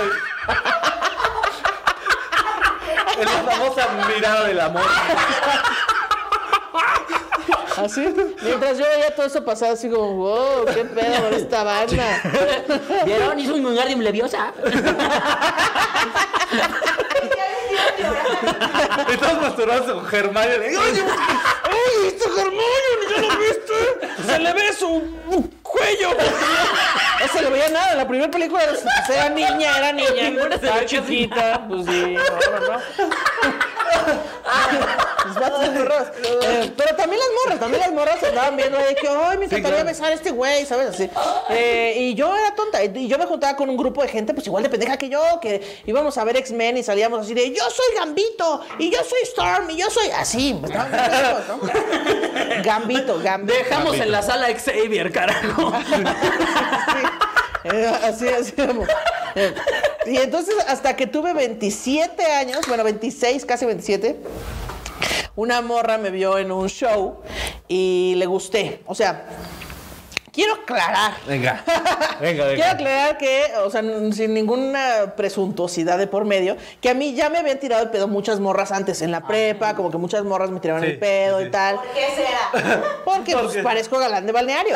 Es la famosa mirada del amor. Así, mientras yo veía todo eso pasar, así como, wow, qué pedo con esta banda. ¿Vieron? Hizo un Wingardium Leviosa. Y todos masturbados con Hermione. ¡Ay, ¡Ay, este Hermione! ¿Ya lo viste? Se le ve su cuello. No se le veía nada. En la primera película pues, era niña, era niña. Estaba chiquita. Pues sí, no, no, no. Los vatos son morros. Eh, pero también las morras, también las morras andaban viendo ahí que, ay, me encantaría sí, claro. besar a este güey, ¿sabes? Así. Eh, y yo era tonta. Y yo me juntaba con un grupo de gente, pues igual de pendeja que yo, que íbamos a ver X-Men y salíamos así de, yo soy Gambito, y yo soy Storm, y yo soy así. Pues, ¿no? Gambito, Gambito. Dejamos Gambito. En la sala Xavier, carajo. Sí. Eh, así, así como. Eh, y entonces, hasta que tuve veintisiete años, bueno, veintiséis, casi veintisiete, una morra me vio en un show y le gusté. O sea, quiero aclarar. Venga, venga, venga. Quiero aclarar que, o sea, sin ninguna presuntuosidad de por medio, que a mí ya me habían tirado el pedo muchas morras antes en la prepa, como que muchas morras me tiraban sí, el pedo sí. y tal. ¿Por qué será? Porque ¿Por pues, qué? parezco galán de balneario.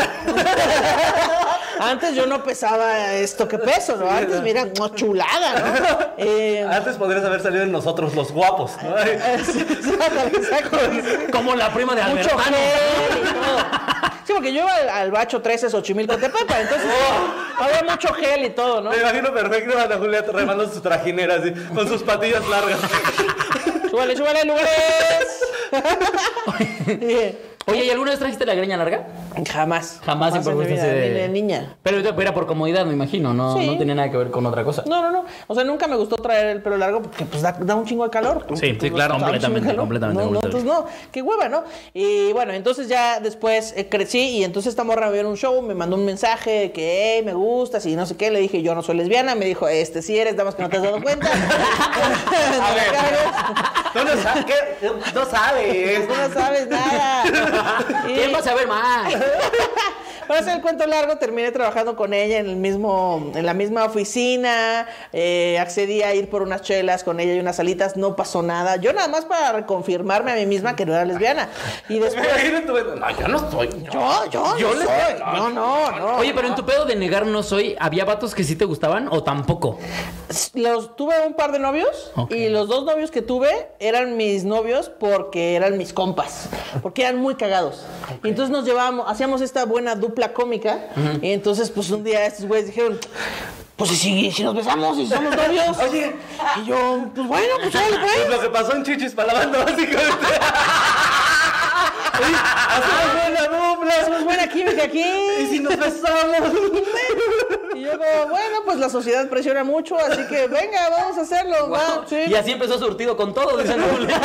Antes yo no pesaba esto que peso, ¿no? Antes, mira, no, chulada, ¿no? Eh, Antes podrías haber salido en nosotros los guapos, ¿no? exacto, exacto. Como la prima de Mucho Albertano. gel y todo. Sí, porque yo iba al, al Bacho trece Xochimilco Tepepa, entonces oh, había mucho gel y todo, ¿no? Me imagino perfecto a Ana Julia remando su trajinera así, con sus patillas largas. ¡Súbale, súbale, lugares! Oye, ¿y alguna vez trajiste la greña larga? Jamás. Jamás en en mi vida, de... ni de niña. Pero era por comodidad, me imagino, no, Sí. no tenía nada que ver con otra cosa. No, no, no. O sea, nunca me gustó traer el pelo largo porque pues da, da un chingo de calor. Sí, sí, claro, Da un chingo de completamente, calor. completamente, No, no, completamente. entonces no, qué hueva, ¿no? Y bueno, entonces ya después eh, crecí y entonces esta morra me vio en un show, me mandó un mensaje de que, hey, me gustas y no sé qué. Le dije, yo no soy lesbiana. Me dijo, este sí eres, damas que no te has dado cuenta. A No ver. me cagues. Tú no sabes, ¿qué? No sabes. Tú no sabes nada. Y- ¿Quién va a saber más? Para hacer el cuento largo, terminé trabajando con ella en el mismo, en la misma oficina. Eh, accedí a ir por unas chelas con ella y unas alitas. No pasó nada. Yo nada más para reconfirmarme a mí misma que no era lesbiana. Y después. No, yo no soy. Yo, yo, Yo no les- soy. No, no, no. Oye, pero en tu pedo de negar no soy, ¿había vatos que sí te gustaban o tampoco? Los tuve un par de novios Ok. y los dos novios que tuve eran mis novios porque eran mis compas, porque eran muy cagados. Y entonces nos llevábamos, hacíamos esta buena dupla cómica y entonces pues un día estos güeyes dijeron, pues ¿y si, si nos besamos y somos novios? Oye. Y yo, pues bueno, pues dale, Pues pues. lo que pasó en Chichis para la banda, básicamente. Oye, hacemos buena dupla. Hacemos buena química aquí. Y si nos besamos. Y yo como, bueno, pues la sociedad presiona mucho, así que venga, vamos a hacerlo. Va, sí. Y así empezó surtido con todo, dicen.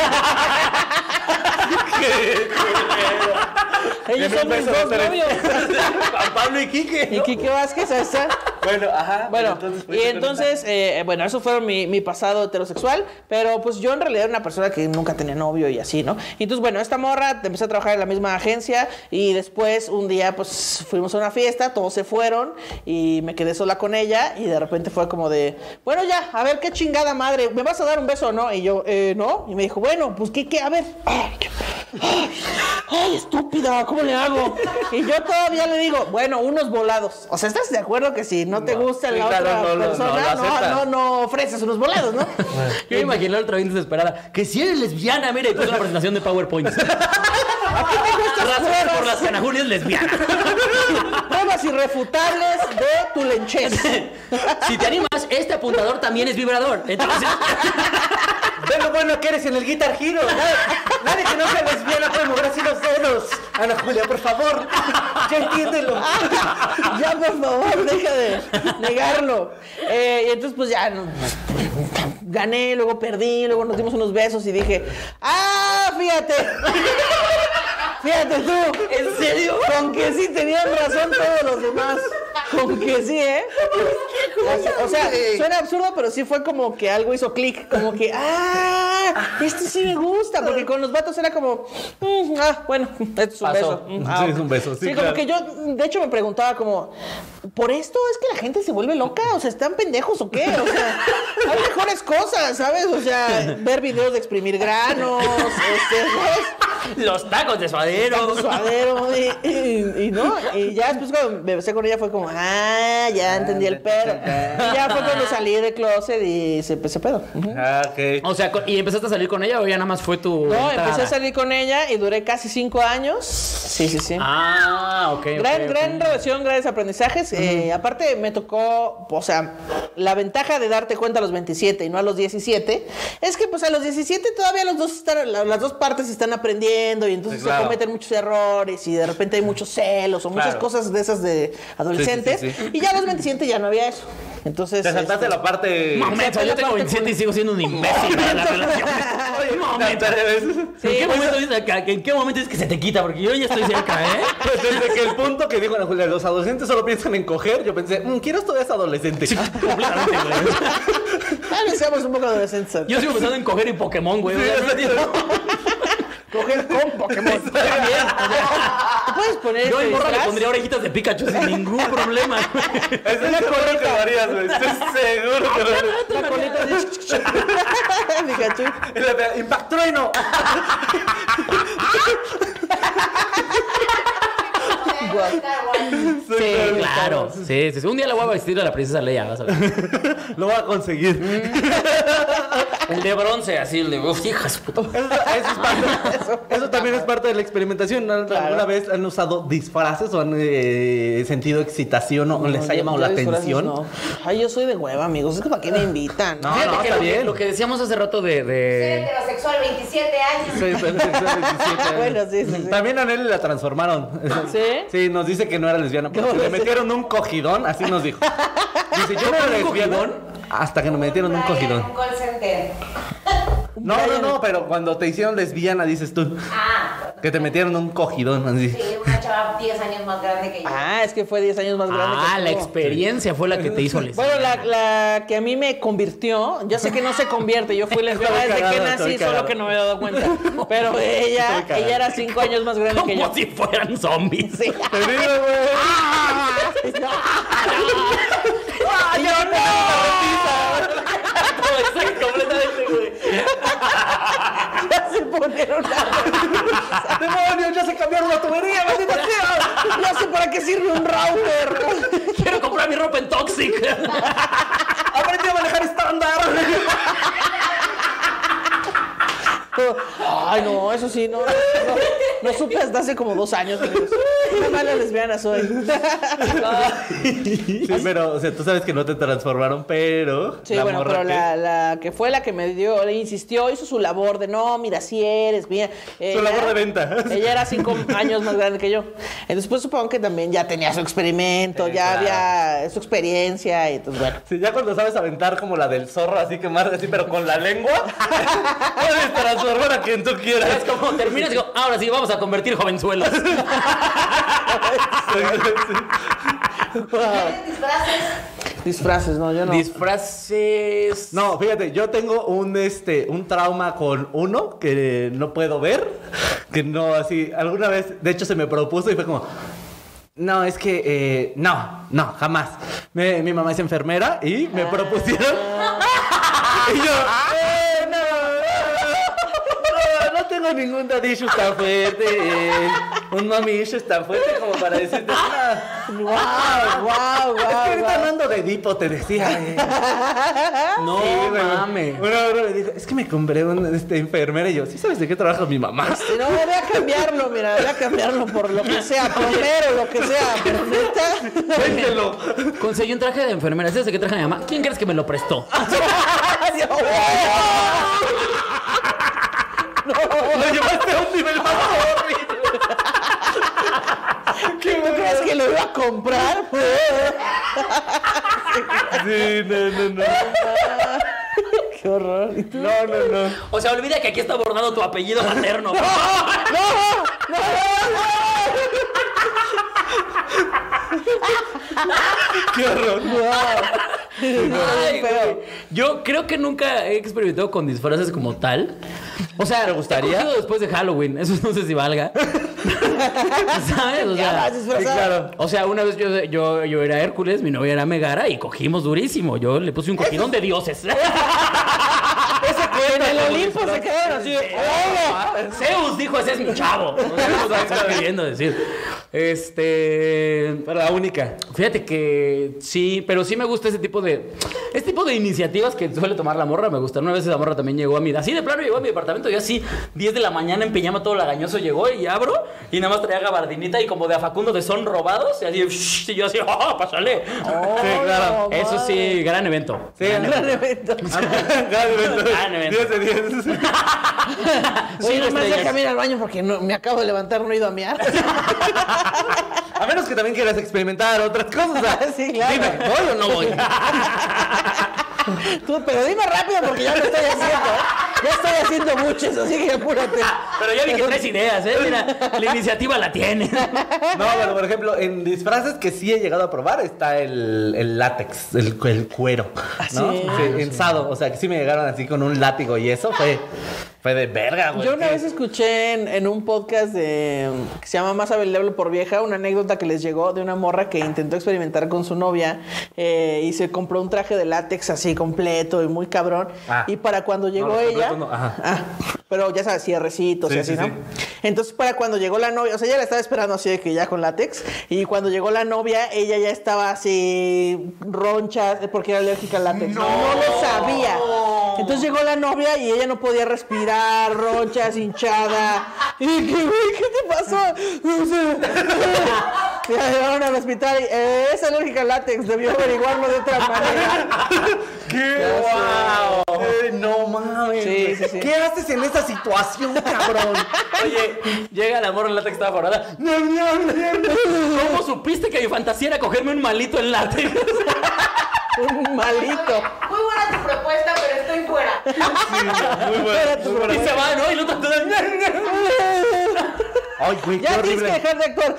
Ellos son mis dos novios. Juan Pablo y Quique. Y Quique Vázquez, ahí está. Bueno, ajá. Bueno, entonces, y entonces, eh, bueno, eso fue mi, mi pasado heterosexual, pero pues yo en realidad era una persona que nunca tenía novio y así, ¿no? Y entonces, bueno, esta morra empecé a trabajar en la misma agencia y después un día pues fuimos a una fiesta, todos se fueron y me quedé sola con ella y de repente fue como de, bueno ya, a ver qué chingada madre, ¿me vas a dar un beso o no? Y yo, eh, no, y me dijo, bueno, pues qué, qué, a ver, ay, ay, ay, estúpida, ¿cómo le hago? Y yo todavía le digo, bueno, unos volados, o sea, ¿estás de acuerdo que si no te No, gusta sí, la claro, otra no, no, no, persona, lo no, aceptas. no, no ofreces unos volados, ¿no? Yo me imaginé la otra bien desesperada. Que si eres lesbiana, mira, y puso una presentación de PowerPoint. Razones por las que Ana Julia es lesbiana. Pruebas irrefutables de tu lenchez. Si te animas, este apuntador también es vibrador. Entonces, Ve lo bueno que eres en el Guitar Hero. Nadie, nadie que no sea lesbiana puede mover así los dedos. Ana Julia, por favor. Ya entiéndelo. Ya, por favor, deja de negarlo. Eh, y entonces, pues ya no, gané, luego perdí, luego nos dimos unos besos y dije, ah, fíjate. Fíjate tú. ¿En serio? Con que sí tenían razón todos los demás. Con que sí, ¿eh? O sea, o sea, suena absurdo, pero sí fue como que algo hizo clic. Como que, ah, esto sí me gusta. Porque con los vatos era como, mm, ah, bueno, esto es un Pasó. beso. Mm, ah, Sí, es un beso, sí, Sí, claro. como que yo, de hecho, me preguntaba como, ¿por esto es que la gente se vuelve loca? O sea, ¿están pendejos o qué? O sea, hay mejores cosas, ¿sabes? O sea, ver videos de exprimir granos, este, ¿sabes? Los tacos de suadero. Suadero, y, y, y no, y ya después cuando me besé con ella fue como, ah, ya entendí el pedo. Y ya fue cuando salí del closet y se empezó pedo. Ujú. Ah, ok. O sea, ¿y empezaste a salir con ella o ya nada más fue tu No, entrada? empecé a salir con ella y duré casi cinco años. Sí, sí, sí. Ah, ok, Gran, ok, gran ok. relación, grandes aprendizajes. Eh, aparte me tocó, o sea, la ventaja de darte cuenta a los veintisiete y no a los diecisiete es que pues a los diecisiete todavía los dos están, la- las dos partes están aprendiendo y entonces Sí, claro. se cometen muchos errores y de repente hay muchos celos o muchas Claro. cosas de esas de adolescentes. Sí, sí, sí, sí. Y ya a los veintisiete ya no había eso. Entonces, Te saltaste este, la parte... Momento, yo tengo veintisiete y sigo siendo un imbécil en la relación. Oye, Momento. ¿En qué momento dices acá? ¿En qué momento es que se te quita? Porque yo ya estoy cerca, ¿eh? Pues desde que el punto que dijo Ana Julia, los adolescentes solo piensan en coger, yo pensé, mmm, quiero todavía es adolescente. Completamente, güey. ah, no seamos un poco adolescentes. Yo sigo pensando en coger y Pokémon, güey. O sea, no entiendo. Coger con Pokémon. Está bien. O sea, ¿tú puedes poner Yo este en morra le disfraz? pondría orejitas de Pikachu sin ningún problema, güey. Estoy seguro que lo harías, güey. Estoy seguro que lo harías. La colita de Pikachu. Y la de, ¡Impact Trueno! Sí, claro. Sí, sí, sí. Un día la voy a vestir a la princesa Leia, vas a ver. Lo voy a conseguir. El de bronce, así, el de... Uf, hija de su puta. Eso, eso es parte- eso- eso también es parte de la experimentación. ¿No? ¿Alguna vez han usado disfraces o han eh, sentido excitación o les ha llamado la atención? No. Ay, yo soy de hueva, amigos. Es que ¿para qué me invitan? No, Fíjate no, que está lo, que bien. lo que decíamos hace rato de... Ser de... heterosexual, veintisiete años. Sí, pero sexual, veintisiete años. Bueno, sí, sí, sí. También a Nelly la transformaron. ¿Sí? Sí, nos dice que no era lesbiana. Porque le metieron un cogidón, así nos dijo. Dice, yo no era lesbiana hasta que nos metieron un Brian, cogidón. un call center. No, no, no, pero cuando te hicieron lesbiana, dices tú. Ah, Que te metieron un cogidón, así. sí, una chava diez años más grande que yo. Ah, es que fue diez años más grande. Ah, que la tú. experiencia fue la que te hizo lesbiana. Bueno, la, la que a mí me convirtió, yo sé que no se conviente, yo fui lesbiana Estoy desde que cagado, nací, estoy solo cagado. que no me había dado cuenta. Pero ella, Estoy cagado. ella era cinco años más grande que yo. Como si fueran zombies. Sí. Te digo, güey. ¡Ay, yo no! Exacto, completamente, güey. Ya se ponieron una... ¡Demonios! ¡Ya se cambiaron la tubería, maldita sea! Ya sé para qué sirve un router. Quiero comprar mi ropa en Toxic. ¡Aprendí a manejar estándar! Ay, no, eso sí, no. No, no supe hasta hace como dos años. amigos. Qué mala lesbiana soy. Sí, pero, o sea, tú sabes que no te transformaron, pero. Sí, la bueno, morra pero que- la, la que fue la que me dio, le insistió, hizo su labor de no, mira, si eres, mira. Ella- labor de venta. Ella era cinco años más grande que yo. Entonces, pues supongo que también ya tenía su experimento, Sí, ya claro. había su experiencia, y entonces, bueno. Sí, ya cuando sabes aventar como la del zorro, así que más así, pero con la lengua, puedes transformar a quien tú quieras. Es como terminas y digo, ahora sí, vamos a convertir jovenzuelos. ¿Tienes disfraces? Disfraces, no, yo no. Disfraces. No, fíjate, yo tengo un este un trauma con uno que no puedo ver, que no así, alguna vez, de hecho se me propuso y fue como no, es que eh, no, no, jamás. Me- mi mamá es enfermera y me propusieron y yo eh, no, no, no tengo ningún daddy issues tan fuerte, eh, un mommy issues tan fuerte como para decirte nada. Wow, wow, Es que wow, ahorita wow. ando de dipo, te decía. eh. No, Sí, güey. mames. Una hora me dijo, es que me compré un este, enfermera y yo, ¿sí sabes de qué trabaja mi mamá? No, voy a cambiarlo, mira, voy a cambiarlo por lo que sea, plomero, lo que sea, pero neta. Véndelo. Conseguí un traje de enfermera. ¿Sabes de qué traje mi mamá? ¿Quién crees que me lo prestó? Lo llevaste a un nivel más horrible. ¿Qué me crees que lo iba a comprar? Sí, no, no, no. Qué horror. ¿Y tú? No, no, no. O sea, olvida que aquí está bordado tu apellido materno. ¡No! ¡No! ¡Qué horror! Ay, Pero- güey. Yo creo que nunca he experimentado con disfraces como tal. O sea, ¿te gustaría? he cogido después de Halloween. Eso no sé si valga. ¿Sabes? O Ya sea, vas disfrazado. O sea, una vez yo, yo, yo era Hércules, mi novia era Megara y cogimos durísimo. Yo le puse un cogidón de dioses. En el Olimpo se quedaron así. ¡Hola! Zeus dijo, ese es mi chavo. O sea, eso es lo que estoy queriendo decir. Este. Pero la única. Fíjate que sí, pero sí me gusta ese tipo de. Este tipo de iniciativas que suele tomar la morra, me gusta. Una vez la morra también llegó a mi. Así de plano llegó a mi departamento. Yo así, diez de la mañana en pijama todo lagañoso llegó y abro. Y nada más traía gabardinita y como de a Facundo de son robados. Y así, y yo así, ¡oh, pásale! Oh, Sí, claro. no, Eso madre. sí, gran evento. Sí, gran Gran evento. evento. Gran evento. diez de diez. Oye, Cinco nomás estrellas. déjame ir al baño porque no, me acabo de levantar, no he ido a mear. A menos que también quieras experimentar otras cosas. Sí, claro. Dime, ¿voy o no voy? Tú, pero dime rápido porque ya lo estoy haciendo. ¿eh? Ya estoy haciendo muchos, así que apúrate. Pero ya vi que traes ideas, ¿eh? Mira, la iniciativa la tiene. No, bueno, por ejemplo, en disfraces que sí he llegado a probar está el, el látex, el, el cuero, ¿no? sí? Sí, ensado, o sea, que sí me llegaron así con un látigo y eso fue, fue de verga, güey. Yo una ¿Qué? vez escuché en, en un podcast de, que se llama Más Hablable por Vieja una anécdota que les llegó de una morra que intentó experimentar con su novia eh, y se compró un traje de látex así completo y muy cabrón. Ah. Y para cuando llegó No, ella... completo no, ajá. Ah, pero ya sabes, cierrecitos Sí, y así, sí, ¿no? sí. Entonces para cuando llegó la novia, o sea, ella la estaba esperando así de que ya con látex. Y cuando llegó la novia, ella ya estaba así roncha porque era alérgica al látex. No, no lo sabía. Entonces llegó la novia y ella no podía respirar, ronchas, hinchada. Y dije, güey, ¿qué te pasó? No sé. Y la llevaron al hospital y eh, es alérgica al látex, debió averiguarlo de otra manera. ¡Qué guau! Eh, no mames. Sí, sí, sí. ¿Qué haces en esa situación, cabrón? Oye, llega la morra en látex, estaba forrada. ¿Cómo supiste que mi fantasía era cogerme un malito en látex? Un malito. Muy buena tu propuesta, pero estoy fuera. Muy bueno, muy bueno. Y se va, ¿no? Y el otro todo. Ay, güey, qué Ya tienes horrible. que dejar de actuar.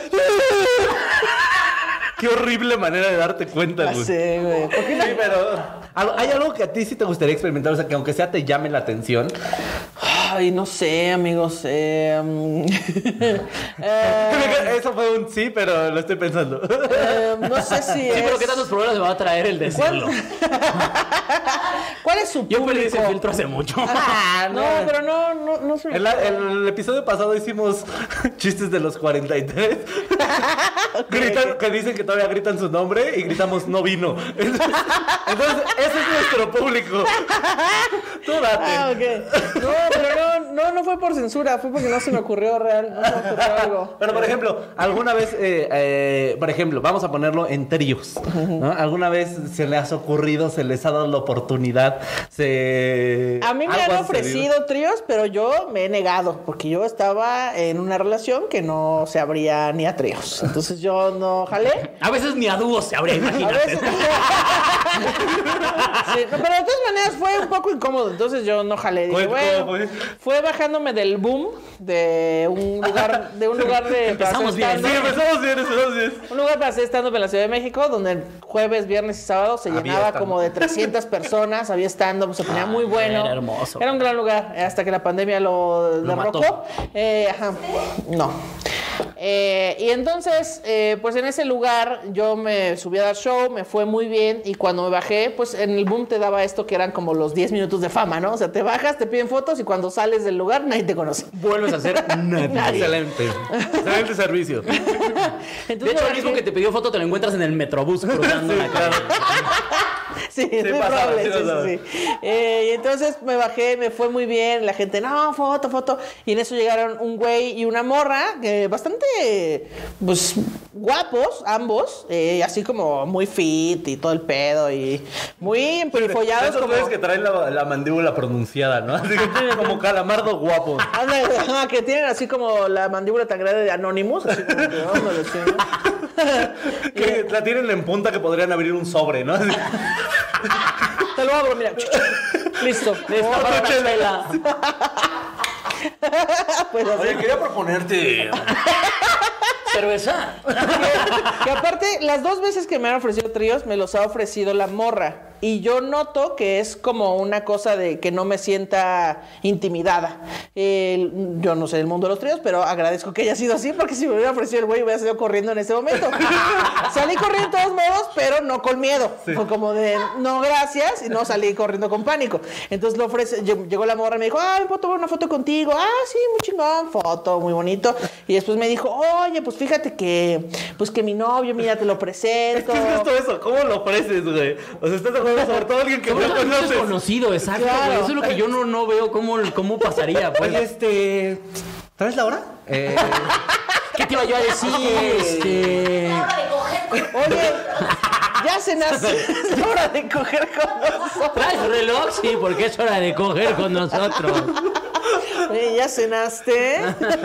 Qué horrible manera de darte cuenta, Ya güey. sé, güey. ¿Por qué no? Sí, pero ¿al- ¿hay algo que a ti sí te gustaría experimentar? O sea, que aunque sea te llame la atención. Ay, no sé, amigos. Eh, mm, eh, Eso fue un sí, pero lo estoy pensando. eh, no sé si Sí, es... pero ¿qué tantos problemas me va a traer el decirlo? ¿Cuál es su Yo perdí público? ese filtro hace mucho. Ah, no, pero no, no, no se me... En, la- en el episodio pasado hicimos chistes de los cuarenta y tres. Gritan, que dicen que todavía gritan su nombre y gritamos no vino. Entonces, entonces, ese es nuestro público. Tú date. Ah, ok. No, pero no, no, no fue por censura, fue porque no se me ocurrió real, no se me ocurrió algo. Pero, por ejemplo, alguna vez, eh, eh, por ejemplo, vamos a ponerlo en tríos, ¿no? ¿Alguna vez se les ha ocurrido, se les ha dado la oportunidad? Se... A mí me algo han ha sucedido? ofrecido tríos, pero yo me he negado, porque yo estaba en una relación que no se abría ni a tríos. Entonces yo no jalé. A veces ni a dúos se habría, A imagínate. veces. Sí, no, pero de todas maneras fue un poco incómodo, entonces yo no jalé. Dije, ¿Cómo bueno, fue? fue bajándome del boom de un lugar de un lugar de Empezamos para hacer bien. Sí, stand-up. empezamos bien, empezamos bien. Un lugar para hacer stand-up en la Ciudad de México, donde el jueves, viernes y sábado se Había llenaba stand-up. como de trescientas personas, había stand-up, se ponía muy bueno. era hermoso. Era un gran lugar, hasta que la pandemia lo, Lo derrocó. mató. Eh, ajá, no. Eh, y entonces, eh, pues en ese lugar yo me subí a dar show, me fue muy bien y cuando me bajé, pues en el boom te daba esto que eran como los diez minutos de fama, ¿no? O sea, te bajas, te piden fotos y cuando sales del lugar nadie te conoce. Vuelves a ser nadie. Excelente. Excelente servicio. De Entonces, hecho, me el mismo bajé- que te pidió foto te lo encuentras en el metrobús cruzando la calle. Sí, es muy pasaba, probable, sí sí, pasaba. sí, sí. Eh, y entonces me bajé, me fue muy bien, la gente, no, foto, foto. Y en eso llegaron un güey y una morra, que bastante, pues, guapos, ambos, eh, así como muy fit y todo el pedo, y muy emperifollados Esos como... güeyes que traen la, la mandíbula pronunciada, ¿no? Así que tienen como calamardo guapo. Ándale, ajá, que tienen así como la mandíbula tan grande de Anonymous, así como que, ándale, sí, ¿no? Que la tienen en punta que podrían abrir un sobre, ¿no? Así. Te lo abro, mira. Listo. Destapar una vela. Pues así. Oye, quería proponerte. Cerveza. Que, que aparte, las dos veces que me han ofrecido tríos, me los ha ofrecido la morra. Y yo noto que es como una cosa de que no me sienta intimidada. El- yo no sé del mundo de los tríos, pero agradezco que haya sido así, porque si me hubiera ofrecido el güey, hubiera salido corriendo en ese momento. Salí corriendo de todos modos, pero no con miedo. Fue como de, no, gracias, y no salí corriendo con pánico. Entonces lo ofrece, llegó llegó la morra y me dijo, ah, ¿me puedo tomar una foto contigo? Ah, sí, muy chingón, foto, muy bonito. Y después me dijo, oye, pues fíjate que, pues que mi novio, mira, te lo presento. ¿Qué es justo eso? ¿Cómo lo ofreces, güey? O sea, estás de acuerdo sobre todo alguien que no Es conoces. desconocido, exacto, Claro. güey. Eso es lo que yo no, no veo cómo, cómo pasaría, pues. Oye, este... ¿Traes la hora? Eh... ¿Qué te iba yo a decir? Este... Hora de coger. Oye, ya cenaste, es hora de coger con nosotros. ¿Traes reloj? Sí, porque es hora de coger con nosotros. Oye, ¿ya cenaste?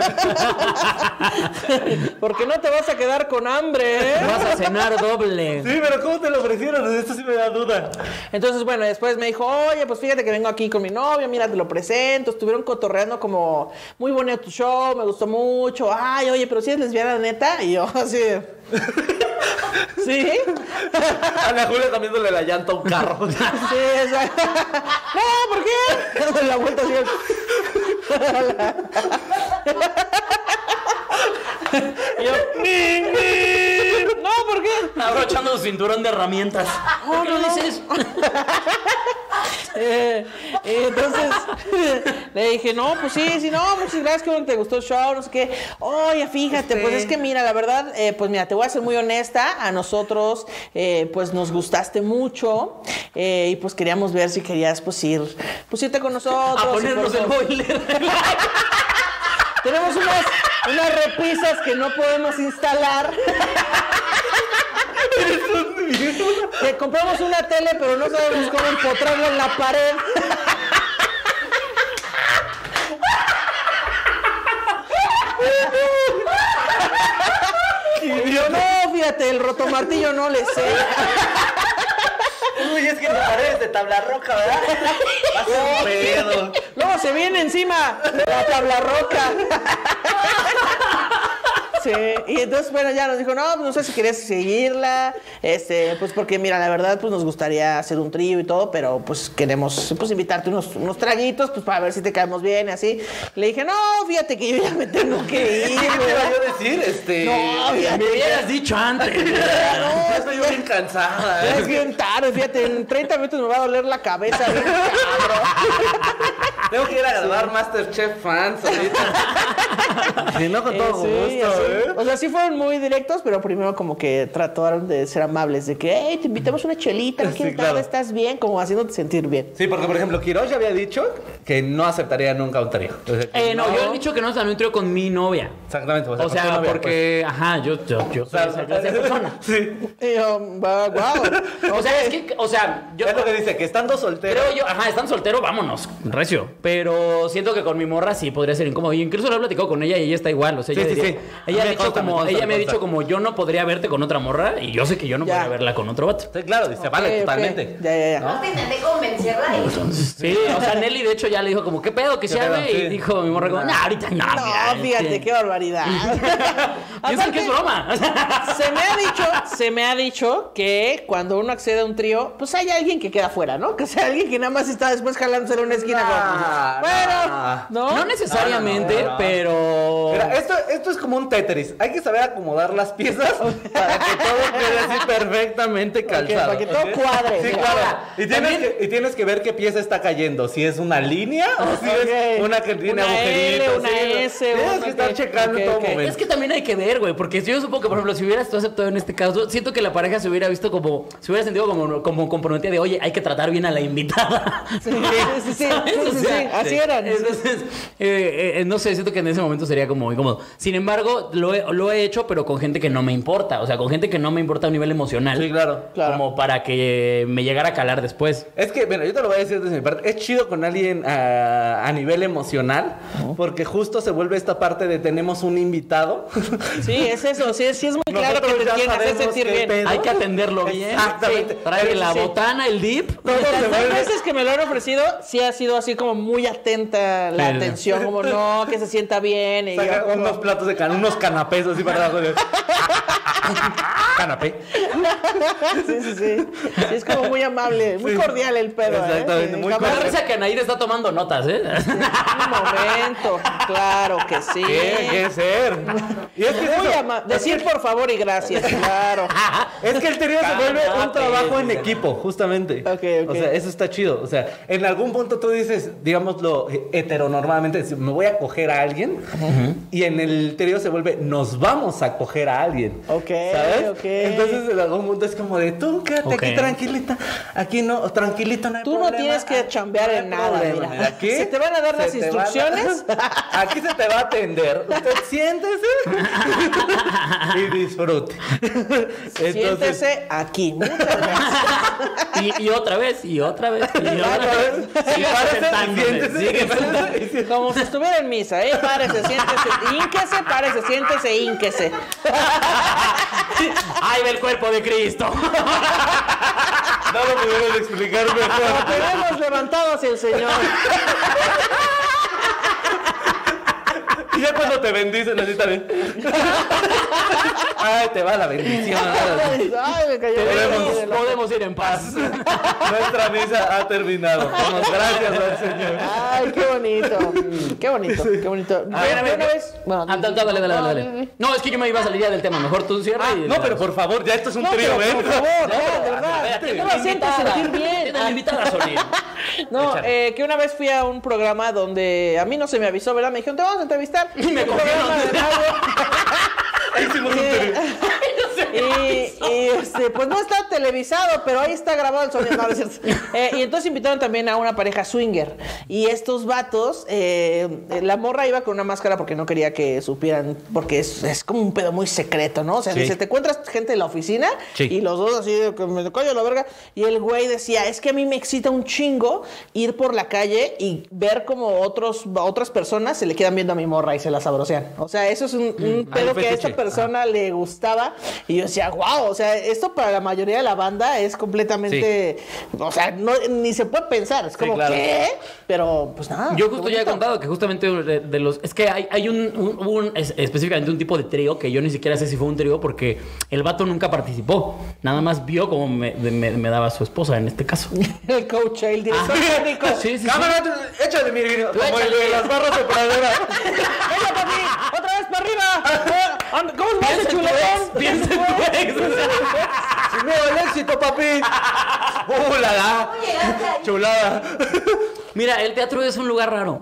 Porque no te vas a quedar con hambre, ¿eh? Vas a cenar doble. Sí, pero ¿cómo te lo ofrecieron? Esto sí me da duda. Entonces, bueno, después me dijo, oye, pues fíjate que vengo aquí con mi novio, mira, te lo presento. Estuvieron cotorreando como, muy bonito tu show, me gustó mucho. Ay, oye, pero si eres lesbiana, neta. Y yo, así de... ¿Sí? Ana Julia cambiándole la llanta a un carro. Sí, exacto. No, ¿por qué? Dándole la vuelta así. Y yo, "Ni, ni". No, ¿por qué? Abrochando su cinturón de herramientas. No, ¿Qué no, no. dices? Eh, y entonces le dije, no, pues sí, sí, no, muchas gracias, que te gustó el show, no sé qué. Oye, fíjate, pues es que mira, la verdad, eh, pues mira, te voy a ser muy honesta, a nosotros, eh, pues nos gustaste mucho, eh, y pues queríamos ver si querías, pues ir, pues irte con nosotros. A y ponernos por el eso- boiler. Tenemos unas, unas repisas que no podemos instalar. Que compramos una tele, pero no sabemos cómo empotrarla en la pared. Y yo, no, fíjate, el rotomartillo no le sé. Uy, es que te paredes de tabla roca, ¿verdad? Va a ser un pedo. Luego se viene encima la tabla roca. Sí, y entonces, bueno, ya nos dijo, no, pues no sé si querías seguirla, este, pues porque, mira, la verdad, pues nos gustaría hacer un trío y todo, pero pues queremos, pues invitarte unos, unos traguitos, pues para ver si te caemos bien y así. Le dije, no, fíjate que yo ya me tengo que ir, ¿Qué te güey. iba yo a decir? Este... No, fíjate. Me hubieras dicho antes. Ya estoy bien cansada, Ya ¿eh? es bien tarde, fíjate, en treinta minutos me va a doler la cabeza, bien cabrón. Tengo que ir a grabar Masterchef Fans ahorita. Si no, con Eh, todo sí, gusto, así. ¿eh? O sea, sí fueron muy directos, pero primero como que trataron de ser amables, de que, hey, te invitamos una chelita, ¿no Sí, quieres claro. nada? ¿Estás bien? Como haciéndote sentir bien. Sí, porque por ejemplo, Quiroz ya había dicho que no aceptaría nunca un trío. O sea, que Eh, no, yo he dicho que no también un trío con mi novia. Exactamente. O con tu sea, novia, porque, ajá, yo, yo, yo soy pues. esa clase de persona. Sí. Y yo, va, guau. O sea, es que, o sea, yo Es lo que dice, que estando soltero. creo yo, ajá, están soltero, vámonos, recio. Pero siento que con mi morra sí podría ser incómodo. Y incluso lo he platicado con ella y ella está igual. O sea, Sí, ella, sí, diría- sí. ella A ha mí me dicho consta, me como, consta, ella me me ha consta. dicho como yo no podría verte con otra morra y yo sé que yo no Ya. podría verla con otro vato. Sí, claro, dice, vale, Ok, ok. totalmente. Ya, ya, ya. No te intenté convencerla y... Sí, o sea, Nelly de hecho ya le dijo como, ¿qué pedo? Que se ¿Qué pedo? arme. Y Sí. dijo mi morra como, no, ahorita no, No, mira, fíjate, este, qué barbaridad. piensan que es broma. Se me ha dicho, se me ha dicho que cuando uno accede a un trío, pues hay alguien que queda fuera, ¿no? Que sea alguien que nada más está después jalándose en una esquina. Nah, como, bueno, ¿no? No necesariamente, No, no, no, no. pero... Mira, esto, esto es como un Tetris. Hay que saber acomodar las piezas para que todo quede así perfectamente calzado. para que todo ¿ok? cuadre. Sí, Mira, claro. ahora, Y tienes, también- que, y tienes que ver qué pieza está cayendo. Si es una línea o si Ok. es una que tiene Una agujeritos. L, una sí, S, Tienes una que estar que- checando ok, en todo ok. momento. Es que también hay que ver, güey, porque yo supongo que, por ejemplo, si hubieras tú aceptado en este caso, siento que la pareja se hubiera visto como, se hubiera sentido como, como comprometida de, oye, hay que tratar bien a la invitada. Sí, sí, sí, ¿Sabes? sí, O sí, sea, sí, así eran. Entonces, eh, eh, no sé, siento que en ese momento sería como incómodo. Sin embargo, lo he, lo he hecho, pero con gente que no me importa, o sea, con gente que no me importa a un nivel emocional. Sí, claro. Claro. Como para que me llegara a calar después. Es que, bueno, yo te lo voy a decir desde mi parte. Es chido con alguien a, a nivel emocional, porque justo se vuelve esta parte de tenemos un invitado. Sí, es eso, sí, sí es muy claro que Nosotros te ya quieren hacer sabemos sentir qué bien. pedo. Hay que atenderlo bien. Exactamente. Sí. Trae Pero la sí. botana, el dip. Todo se Las dos vuelve- veces que me lo han ofrecido, sí ha sido así como muy atenta la Sí. atención, como no, que se sienta bien. Y yo, Saca- unos platos de can, unos canapés así para abajo de... Canapé. Sí, sí, sí. Sí, es como muy amable, muy Sí. cordial el pedo. Exactamente, ¿eh? muy Jamás- Me da risa que Anaír está tomando notas, ¿eh? Un momento, claro que sí. ¿Qué? ¿Qué ser? Y es que es Muy eso. ama- Decir por favor y gracias, claro. Es que el trío se vuelve un Canapé. trabajo en equipo, justamente. Ok, ok. O sea, eso está chido. O sea, en algún punto tú dices, digámoslo, eh, heteronormalmente, dices, me voy a coger a alguien. Y en el trío se vuelve, nos vamos a coger a alguien. Ok, ¿Sabes? ok. Entonces en algún punto es como de, tú quédate Ok. aquí tranquilita. Aquí no, tranquilito, no hay Tú no problema. tienes que chambear No hay en nada, problema. mira. Aquí Se te van a dar se las te van a- instrucciones. Aquí se te va a atender. Usted siéntese y disfrute. Entonces, Siéntese aquí. Muchas gracias. Y, y otra vez, y otra vez, y otra vez. Sí, Sigue párese, sentándose, siéntese, sigue siéntese. Como si estuviera en misa, ¿eh? Párese, siéntese, ínquese, párese, siéntese, ínquese. ¡Ay, ve el cuerpo de Cristo! No lo pudieron explicar Lo mejor. tenemos levantado hacia el Señor. Y ya cuando te bendicen así también. Ay, te va la bendición. Ay, me cayó la Podemos, mano de la- podemos ir en paz. Nuestra misa ha terminado. Damos gracias al Señor. Ay, qué bonito. Qué bonito, qué bonito. A ver, a Yo ver, una vez. Bueno, Ah, dale, dale, dale, dale, dale. No, es que yo me iba a salir ya del tema. Mejor tú cierra y... No, pero por favor, ya esto es un No, trío, pero ¿eh? por favor, No, ya, pero de verdad. espérate, No la me sientes invitada. sentir bien. Tiene la invitada a Solín. No, Échale. eh, que una vez fui a un programa donde a mí no se me avisó, ¿verdad? Me dijeron, te vamos a entrevistar. Y me Un cogieron. programa de radio. Ahí hicimos un trío. Y, y, este, pues no está televisado, pero ahí está grabado el sonido. No, no es cierto. Eh, y entonces invitaron también a una pareja swinger. Y estos vatos, eh, la morra iba con una máscara porque no quería que supieran, porque es, es como un pedo muy secreto, ¿no? O sea, Sí. dice, te encuentras gente en la oficina Sí. y los dos así, de que me callo la verga. Y el güey decía, es que a mí me excita un chingo ir por la calle y ver como otros, otras personas se le quedan viendo a mi morra y se la sabrosean. O sea, eso es un, un pedo Ay, que a fetiche. esta persona le gustaba. Y yo decía, wow, o sea, esto para la mayoría de la banda es completamente, o sea, no, ni se puede pensar, es como, claro. ¿qué? Pero, pues nada. Yo qué justo ya he bonito. contado que justamente de, de los... Es que hay, hay un, un- un- es- específicamente un tipo de trío que yo ni siquiera sé si fue un trío porque el vato nunca participó. Nada más vio cómo me, me- me daba su esposa en este caso. El coach, el director técnico. Sí, sí, sí. Cámara, échale, mi Virginio. Como el de las barras de pradera. ¡Venga, papi! ¡Otra vez para arriba! ¿Cómo lo hace, chuletón? Piensa en tu ex, o sea. Sin miedo al éxito, papi. ¡Uh, la la! ¿Cómo llegaste ahí? Chulada. Mira, el teatro es un lugar raro.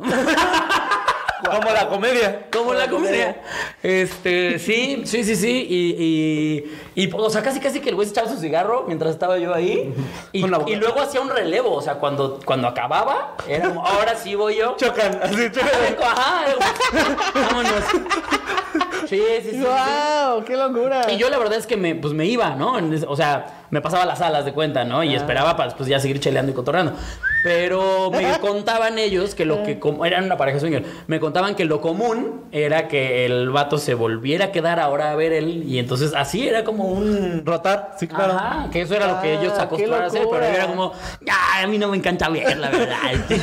Como la comedia. Como la comedia. Este, sí, sí, sí, sí. Y, y, y, o sea, casi casi que el güey se echaba su cigarro mientras estaba yo ahí. Y, Con la boca. y luego hacía un relevo. O sea, cuando, cuando acababa, era como, ahora sí voy yo. Chocan, así chocan. Ajá, vámonos. Sí, sí, sí, sí. ¡Wow! ¡Qué locura! Y yo la verdad es que me, pues me iba, ¿no? En ese- O sea, me pasaba las alas de cuenta, ¿no? Y esperaba para después ya seguir cheleando y cotorreando. Pero me contaban ellos que lo que... com- Eran una pareja swinger. Me contaban que lo común era que el vato se volviera a quedar ahora a ver él. Y entonces así era como un... Rotar, sí, claro. Ajá, que eso era lo que ellos Ah, acostumbraban a qué hacer. Pero yo locura. era como... "Ay, a mí no me encanta ver, la verdad.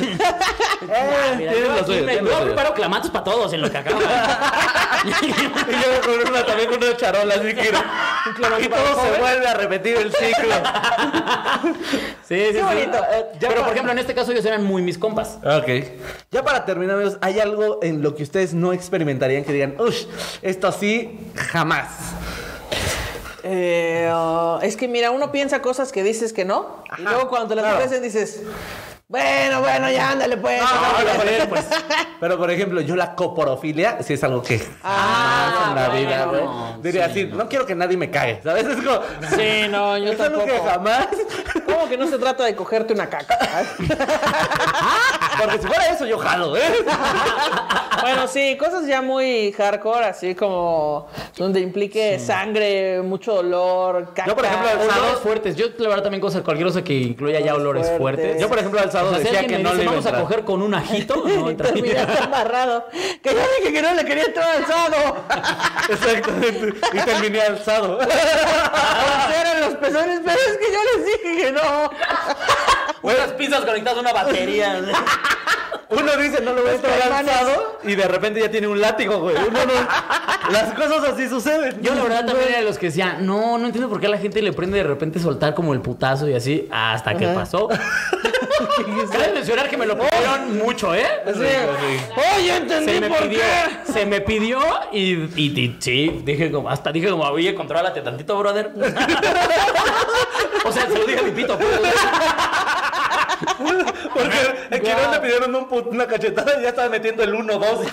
Ah, mira, tienes yo lo aquí suyo, me- tienes lo yo suyo. preparo clamatos para todos en lo que acaba. Y yo con una, también con una charola así que... Y todo se vuelve a repetir el ciclo. Sí, sí, sí. bonito. Eh, ya Pero, para- por ejemplo, en este caso ellos eran muy mis compas. Ok. Ya para terminar, amigos, ¿hay algo en lo que ustedes no experimentarían que digan, uff, esto sí, jamás? Eh, oh, es que mira, uno piensa cosas que dices que no. Y luego cuando te las claro. ofrecen dices, bueno, bueno, ya ándale pues. No, ándale, pero, por pues". ejemplo, pero por ejemplo, yo la coporofilia sí es algo que Ah, jamás en la bueno, vida, güey. no, Diría sí, así, no. quiero que nadie me cague, ¿sabes? Es como, Sí, no, yo es algo tampoco. que jamás. ¿Cómo que no se trata de cogerte una caca? Porque si fuera eso, yo jalo, ¿eh? Bueno, sí, cosas ya muy hardcore, así como donde implique sangre, mucho dolor, caca. Yo, por ejemplo, el Olores sábado- fuertes. Yo, la verdad, también cosa, cualquier cosa que incluya ya olores Olores fuertes. fuertes. Yo, por ejemplo, al O sábado sea, si decía alguien que me no dice, le iba a vamos a entrar. coger con un ajito, no Y entraría. terminaste amarrado. Que yo dije que no le quería entrar al sado. Exactamente. Y terminé alzado. Eran los pezones, pero es que yo les dije que no. Unas pizzas conectadas a una batería. Uno dice, no lo voy a estar lanzado y de repente ya tiene un látigo, güey. Uno no... Las cosas así suceden. Yo la verdad también era de los que decía, no, no entiendo por qué a la gente le prende de repente soltar como el putazo y así, hasta que pasó. Cabe mencionar que me lo pidieron mucho, ¿eh? Sí. Oye, entendí Se me por pidió, qué. se me pidió y, y, y sí, dije como, hasta dije como, oye, contrólate tantito, brother. O sea, se lo dije a mi pito, pues. Porque el que no le pidieron un put- una cachetada y ya estaba metiendo el uno, dos.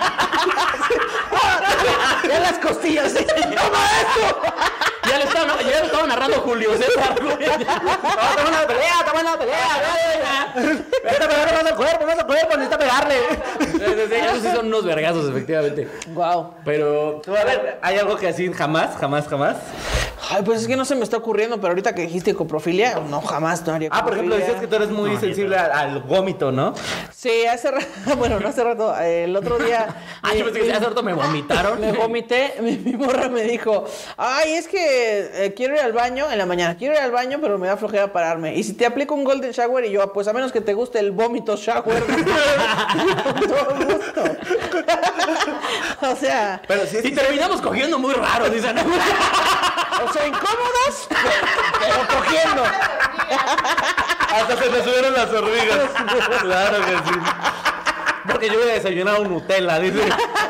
Ya las costillas. ¡Toma esto! Ya lo estaba, ya lo estaba narrando Julio César, güey. ¡Estamos en la pelea! ¡Estamos en la pelea! ¡Está pegando más al cuerpo! ¡Más al cuerpo! ¡Necesita pegarle! Ellos sí son unos vergazos, efectivamente. Wow. Pero, Tú, a ver, ¿hay algo que así jamás, jamás, jamás? Ay, pues es que no se me está ocurriendo, pero ahorita que dijiste coprofilia, no, jamás no haría Ah, por ejemplo, coprofilia. decías que tú eres muy sensible al, al vómito, ¿no? Sí, hace rato, bueno, no hace rato, eh, el otro día... ah, yo mi- pensé que hace rato me vomitaron. Me vomité, mi, mi morra me dijo, ay, es que eh, quiero ir al baño en la mañana, quiero ir al baño, pero me da flojera pararme. Y si te aplico un golden shower, y yo, pues a menos que te guste el vómito shower, con todo gusto. O sea, Pero sí, Y terminamos cogiendo muy raro, dicen. o sea, incómodos, pero, pero cogiendo. hasta se me subieron las hormigas. Claro que sí. Porque yo hubiera desayunado Nutella, dice.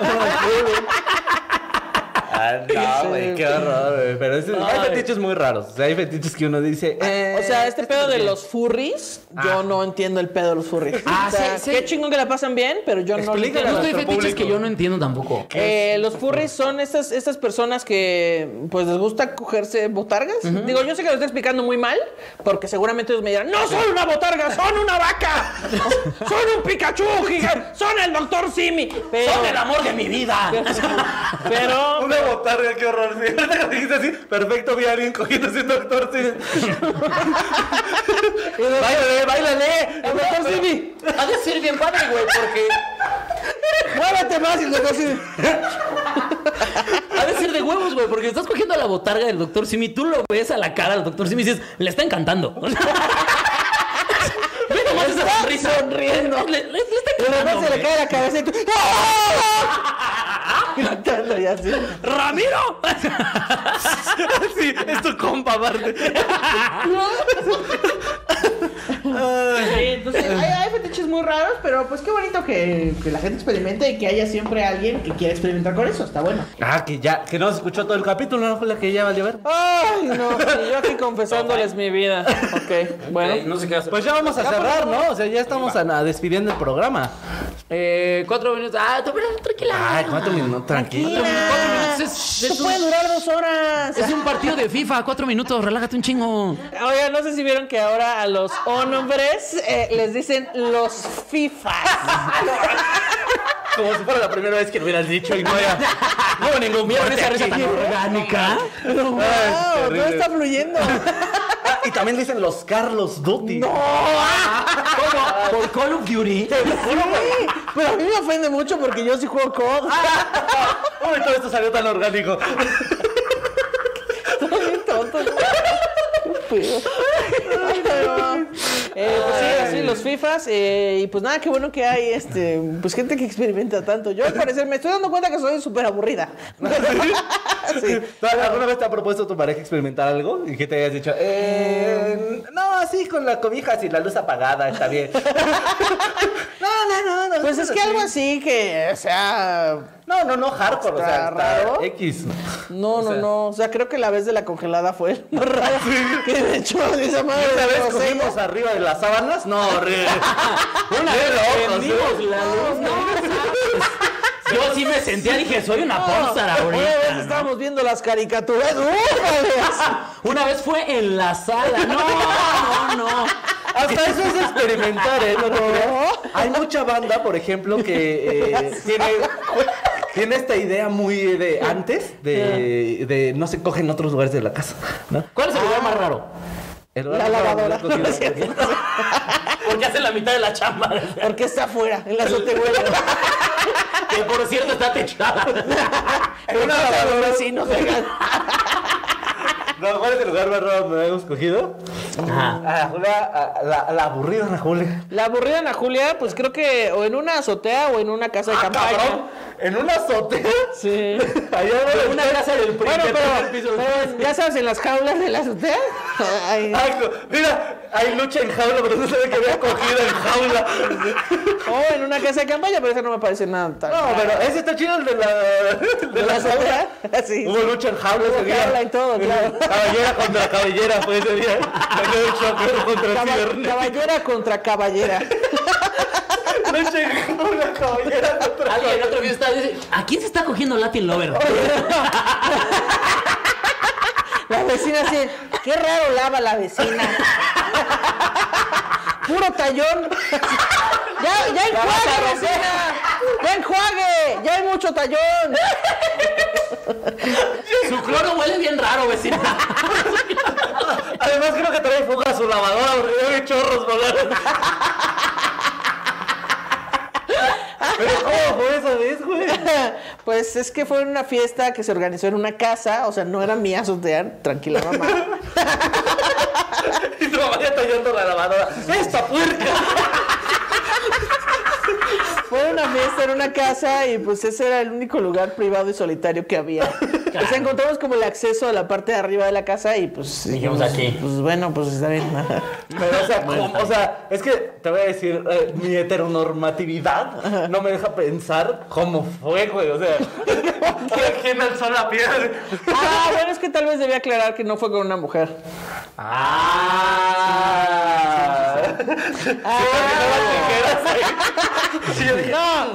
Ah, no, güey, qué horror, güey. Pero es- hay Ay. fetiches muy raros. O sea, hay fetiches que uno dice. eh, O sea, este pedo de los furries, yo no entiendo el pedo de los furries. Ah, o sea, sí, sí. qué chingón que la pasan bien, pero yo no lo Explícale entiendo. Justo hay nuestro fetiches público. que yo no entiendo tampoco. Eh, los furries son estas, estas personas que pues les gusta cogerse botargas. Digo, yo sé que lo estoy explicando muy mal, porque seguramente ellos me dirán, no son una botarga, son una vaca. Son un Pikachu gigante, son el doctor Simi. Pero, Son el amor de mi vida. pero Una botarga, qué horror. Sí, ahorita que lo dijiste así, perfecto, vi a alguien cogiendo sin doctor. Sí. ¡Báilale, báilale! el doctor Simi, Ha de ser bien padre, güey, porque muévete más y el doctor Simi. ha de ser de huevos, güey, porque estás cogiendo a la botarga del doctor Simi, tú lo ves a la cara del doctor Simi y dices, le está encantando. Ve nomás esa sonrisa. sonriendo. Le, le- le está Y de repente encantando. se le güey. cae la cabeza y tú. ¡Ah! Gritando y así. ¡Ramiro! Sí, es tu compa, aparte. Sí, entonces hay, hay fetiches muy raros, pero pues qué bonito que, que la gente experimente y que haya siempre alguien que quiera experimentar con eso. Está bueno. Ah, que ya, que no se escuchó todo el capítulo, ¿no? Fue la que ya valió ver. Ay, no. Y yo aquí confesándoles mi vida. Ok, bueno. Eh, no sé qué hacer. Pues ya vamos a cerrar, ¿no? O sea, ya estamos a, a despidiendo el programa. Eh, cuatro minutos. Ah, tú, pero tranquila. Ay, cuatro minutos, tranquilo. Cuatro minutos es, es Esto un, puede durar dos horas. es un partido de FIFA. Cuatro minutos, relájate un chingo. Oiga, no sé si vieron que ahora a los hombres eh, les dicen los FIFAs. Como si fuera la primera vez que lo hubieras dicho y no haya. No hubo ningún ¿Vieron corte esa risa aquí. tan orgánica? Wow, todo terrible. está fluyendo. Ah, y también dicen los Carlos Duty. No. ¿Por Call of Duty? Sí, pero a mí me ofende mucho porque yo sí juego C O D. Uy, todo esto salió tan orgánico. Estoy bien tonto. Estúpido. Ay, pero, eh, pues sí, así los FIFAs. eh, y pues nada, qué bueno que hay este, pues gente que experimenta tanto. Yo al parecer me estoy dando cuenta que soy súper aburrida. Sí. ¿Alguna vez te ha propuesto tu pareja experimentar algo? Y que te hayas dicho, eh, no, así con la cobija, sin la luz apagada, está bien. No, no, no, no. Pues es que algo así que, o sea, No, no, no, hardcore, o sea, Está está raro. X. no, O no, sea. no. O sea, creo que la vez de la congelada fue el más raro que de hecho de esa madre. ¿Esta vez no sé. cogimos arriba de las sábanas? No, horrible. Una Qué vez locos, prendimos ¿eh? la luz, no, yo sí me sentía, dije, soy una pornstar Una vez ahorita. estábamos viendo las caricaturas. ¡Ufales! Una vez fue en la sala. No, no, no. Hasta eso es experimentar, ¿eh? No, no, no. Hay mucha banda, por ejemplo, que eh, tiene, tiene esta idea muy de antes, de, de no se coge en otros lugares de la casa, ¿no? ¿Cuál es el lugar más raro? El La lavadora. no es cogido. Porque hace la mitad de la chamba. Porque está afuera, en la azotehuela. Que por cierto está techada. En una lavadora sí, no se No, ¿cuál es el lugar más raro donde hemos cogido? Ajá. A la Julia, a la, la aburrida Ana Julia. La aburrida Ana Julia, pues creo que o en una azotea o en una casa de Ah, campaña. cabrón, ¿en una azotea? Sí. Allá en Una casa del Bueno, primer pero, piso. pero ya sabes, en las jaulas de la azotea. Ay, Ay, co- mira, hay lucha en jaula, pero no sabe que había cogido en jaula. o en una casa de campaña, pero eso no me parece nada tan. No, pero ese está chido, el de la, de ¿De la la jaula. azotea? Sí. Hubo lucha en jaula ese Hubo día. jaula y todo, claro. Caballera contra caballera fue ese día. Ganó el chofer contra Caba- cibernético. caballera contra caballera. Lucha en jaula, caballera contra Alguien en otro video está dice, ¿a quién se está cogiendo Latin Lover? La vecina así, qué raro lava la vecina. Puro tallón. Ya, ya enjuague, vecina. Ya enjuague. Ya hay mucho tallón. Su cloro huele bien raro, vecina. Además creo que trae fuga a su lavadora porque ya ve chorros volando. Pero ¿cómo fue esa vez, güey? Pues es que fue una fiesta que se organizó en una casa, o sea, no era mía azotea, tranquila mamá. Y tu mamá ya tallando la lavadora. ¡Esta puerca! Fue una fiesta en una casa y pues ese era el único lugar privado y solitario que había. O sea, encontramos como el acceso a la parte de arriba de la casa y pues Dijimos aquí. Pues bueno, pues está bien. Pero, o sea, ¿cómo? O sea, es que te voy a decir, eh, mi heteronormatividad no me deja pensar cómo fue, güey. O sea, ¿quién alzó la piedra? Ah, bueno, es que tal vez debía aclarar que no fue con una mujer. Ah. Ah, Sí, yo dije, no.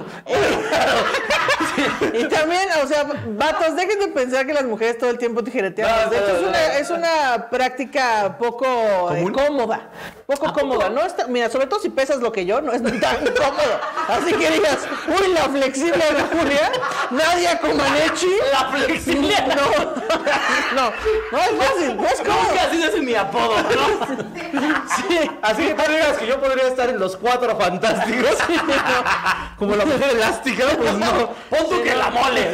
Y también, o sea, vatos, dejen de pensar que las mujeres todo el tiempo tijereteamos. No, De hecho, no, es no, una, no. es una práctica poco eh, cómoda. Poco cómoda. No está, mira, sobre todo si pesas lo que yo, no es tan cómodo. Así que digas, uy, la flexible Ana Julia, Nadia Comaneci. La flexible. No, no, no es fácil, no es ¿Cómo que cómodo. así es mi apodo, no? Sí. así que tú digas que yo podría estar en los cuatro fantásticos. Como la mujer elástica, pues no. Pon tú que la mole.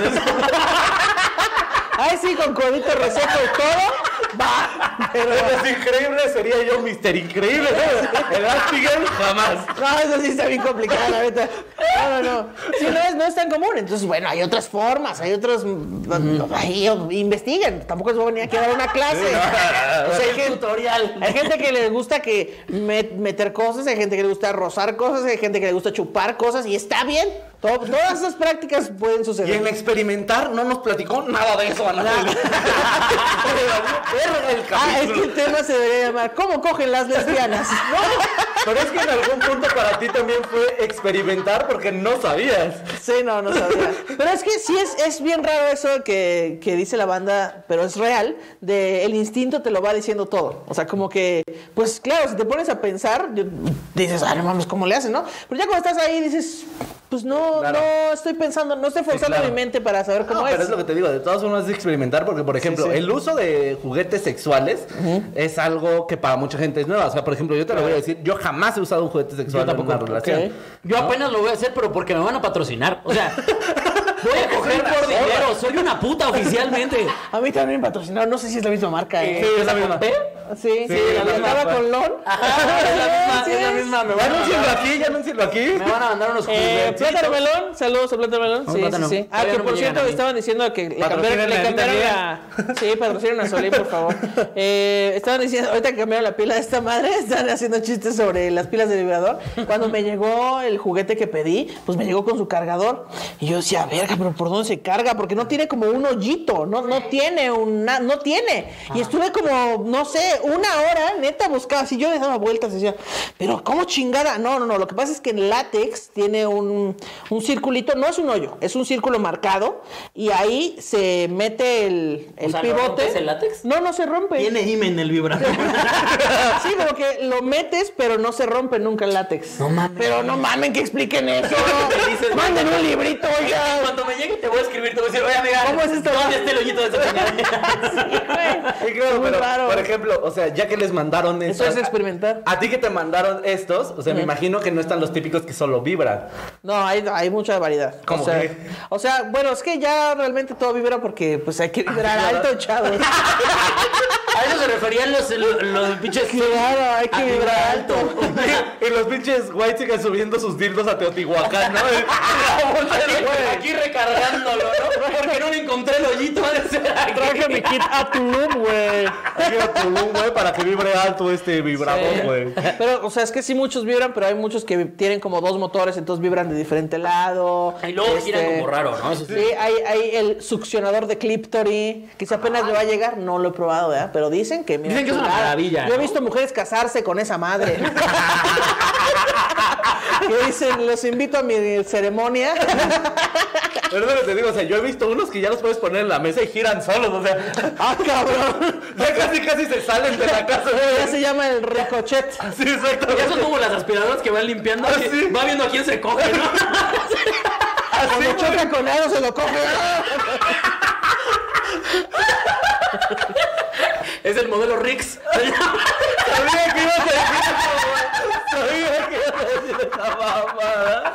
Ay, sí, con codito reseco y todo. Va. Pero Pero increíble sería yo, mister Increíble. ¿no? Elastigirl, jamás. no, eso sí está bien complicado, la neta. No, no, no. Sí, no es, no es tan común. Entonces, bueno, hay otras formas, hay otros. Ahí, investiguen. Tampoco les voy a venir aquí a dar una clase. O sea, hay, gente, tutorial. hay gente que le gusta que met- meter cosas, hay gente que le gusta rozar cosas, hay gente que le gusta chupar cosas y está bien. Todo- todas esas prácticas pueden Y suceder. en experimentar no nos platicó nada de eso, Ana Julia. Verga el Ah, es que capítulo. el tema se debería llamar ¿cómo cogen las lesbianas? Pero es que en algún punto para ti también fue experimentar porque no sabías. Sí, no, no sabía. Pero es que sí es, es bien raro eso que, que dice la banda, pero es real, de el instinto te lo va diciendo todo. O sea, como que, pues claro, si te pones a pensar, yo- dices, ah, no mames, ¿cómo le hacen, no? Pero ya cuando estás ahí dices, pues no, Claro. no estoy pensando, no estoy forzando claro. mi mente para saber cómo No, es. pero es lo que te digo, de todas formas es experimentar porque, por ejemplo, sí. el uso de juguetes sexuales es algo que para mucha gente es nueva. O sea, por ejemplo, yo te lo voy a decir, yo jamás he usado un juguete sexual en una relación. Ok. Yo apenas lo voy a hacer, pero porque me van a patrocinar. O sea, voy a coger por dinero. Soy una puta oficialmente. A mí también me patrocinaron, no sé si es la misma marca. ¿eh? Sí, es la misma. Sí, sí, Sí, la la estaba misma. con Lon. es la misma, Sí, es la es. misma. Me Ya van a anúncialo mandar, aquí, ya anúncialo aquí. me van a mandar unos Eh, juguetitos. Plátano Melón, saludos a Plátano Melón. Un Sí, plátano. sí, sí. Ah, Todavía que no por me cierto llegan a mí. estaban diciendo que le cambiaron, Patrocínenme le a mí cambiaron la. Sí, patrocinen a Solín, por favor. Eh, estaban diciendo, ahorita que cambiaron la pila de esta madre, están haciendo chistes sobre las pilas de vibrador. Cuando me llegó el juguete que pedí, pues me llegó con su cargador. Y yo decía, verga, pero ¿por dónde se carga? Porque no tiene como un hoyito, no, no tiene una, no tiene. Y estuve como, no sé, una hora, neta, buscaba. Así yo le daba vueltas y decía, pero ¿cómo chingada? No, no, no. Lo que pasa es que en látex tiene un, un circulito, no es un hoyo, es un círculo marcado. Y ahí se mete el, el O sea, ¿lo pivote. rompes el látex? No, no se rompe. Tiene himen el vibrador. Sí, como que lo metes, pero no se rompe nunca el látex. No mames. Pero no mamen que expliquen eso. Me dices, Manden un librito, oiga. Cuando me llegue te voy a escribir, te voy a decir, oye amiga, ¿Cómo es esto? ¿dónde está el hoyito de esa chingadera? Sí, claro, Muy pero, raro. por ejemplo, o sea, ya que les mandaron Eso estas- es experimentar. A ti que te mandaron estos, o sea, me imagino que no están los típicos que solo vibran. No, hay, hay mucha variedad. ¿Cómo o sea, qué? o sea, bueno, es que ya realmente todo vibra porque pues hay que vibrar alto, chavos. A eso se referían los, los, los pinches. Claro, hay que a vibrar alto. Y los pinches white sigan subiendo sus dildos a Teotihuacán, ¿no? Aquí, aquí recargándolo, ¿no? Porque no le encontré el hoyito de ser aquí. Traje mi kit a Tulum, güey. Aquí a Tulum, güey, para que vibre alto este vibrador, güey. Pero, o sea, es que sí muchos vibran, pero hay muchos que tienen como dos motores, entonces vibran de diferente lado. Y luego Este, giran como raro, ¿no? Eso sí. Sí, hay, hay el succionador de Cliptory, que si apenas le va a llegar, no lo he probado, ¿verdad? Pero dicen que... mira, Dicen que es una chulada. maravilla, Yo he ¿no? visto mujeres casarse con esa madre. Que dicen, los invito a mi ceremonia. Pero es lo que te digo, o sea, yo he visto unos que ya los puedes poner en la mesa y giran solos, o sea... ¡Ah, cabrón! Ya casi, casi se salen de la casa, Ya güey. se llama el ricochet. Sí, exacto. Ya son como las aspiradoras que van limpiando. Ah, y sí. Va viendo a quién se coge, ¿no? Cuando choca con algo se lo coge. Es el modelo Rix. Sabía que ibas a decir eso, güey. Sabía que ibas a decir esa mamada.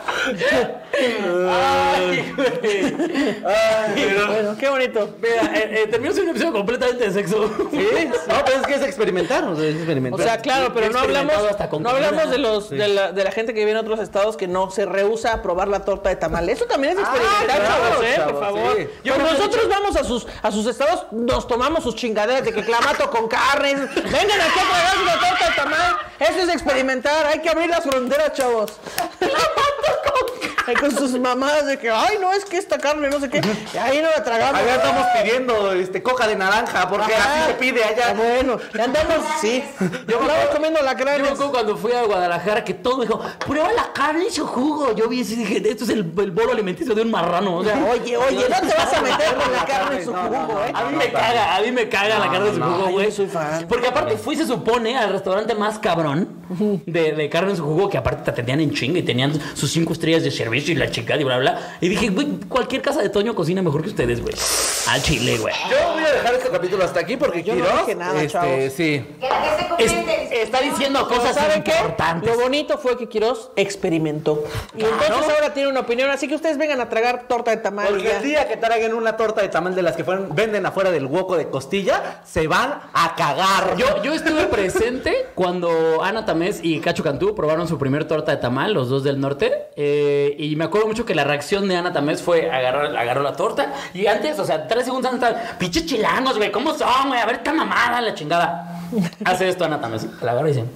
Ay, güey. Ay, pero... Bueno, qué bonito. Mira, eh, eh, terminó siendo un episodio completamente de sexo. Sí, no, pero es que es experimentar, o sea, es experimentar. O sea, claro, pero He no hablamos, experimentado hasta con no comida. hablamos de los de, la, de la gente que vive en otros estados que no se rehúsa a probar la torta de tamal. Eso también es experimentar, claro, chavos, ¿eh? chavos, Por favor. sí. Yo, nosotros vamos a sus a sus estados, nos tomamos sus chingaderas de que clamato con carnes. Vengan aquí a tragar una torta de tamal. Eso es experimentar. Hay que abrir las fronteras, chavos. Ahí con sus mamadas de que, ay, no, es que esta carne, no sé qué. Y ahí no la tragamos. Allá estamos pidiendo este, coca de naranja, porque Ajá. así se pide Ah, allá. bueno, ya andamos, sí. Yo andamos comiendo la Yo me carne. acuerdo cuando fui a Guadalajara que todo me dijo, prueba la carne y su jugo. Yo vi así y dije, esto es el, el bolo alimenticio de un marrano. O sea, Oye, oye, no te vas a meter con la carne en su jugo, ¿eh? a mí me caga, a mí me caga la carne en su no, jugo, güey. yo soy fan. Porque aparte fui, se supone, al restaurante más cabrón de, de carne en su jugo, que aparte te atendían en chinga y tenían sus cinco estrellas de servicio y la chingada y bla, bla. Y dije, güey, cualquier casa de Toño cocina mejor que ustedes, güey. Al chile, güey. Yo voy a dejar este capítulo hasta aquí porque Yo no Quiroz, dije nada, este, chavos. sí. Que la gente Es- comente. está diciendo Pero cosas ¿saben qué? importantes. Lo bonito fue que Quiroz experimentó. Y entonces ahora tiene una opinión. Así que ustedes vengan a tragar torta de tamal. Porque ya. el día que traigan una torta de tamal de las que fueron, venden afuera del hueco de costilla, se van a cagar. Yo, yo estuve presente cuando Ana Tamés y Cacho Cantú probaron su primer torta de tamal, los dos del norte. eh, y me acuerdo mucho que la reacción de Ana Tamés fue agarrar, agarró la torta. Y antes, o sea, tres segundos antes estaba, pinches chilangos, güey, ¿cómo son, güey? A ver esta mamada, la chingada. Hace esto Ana Tamés. La agarra y dice.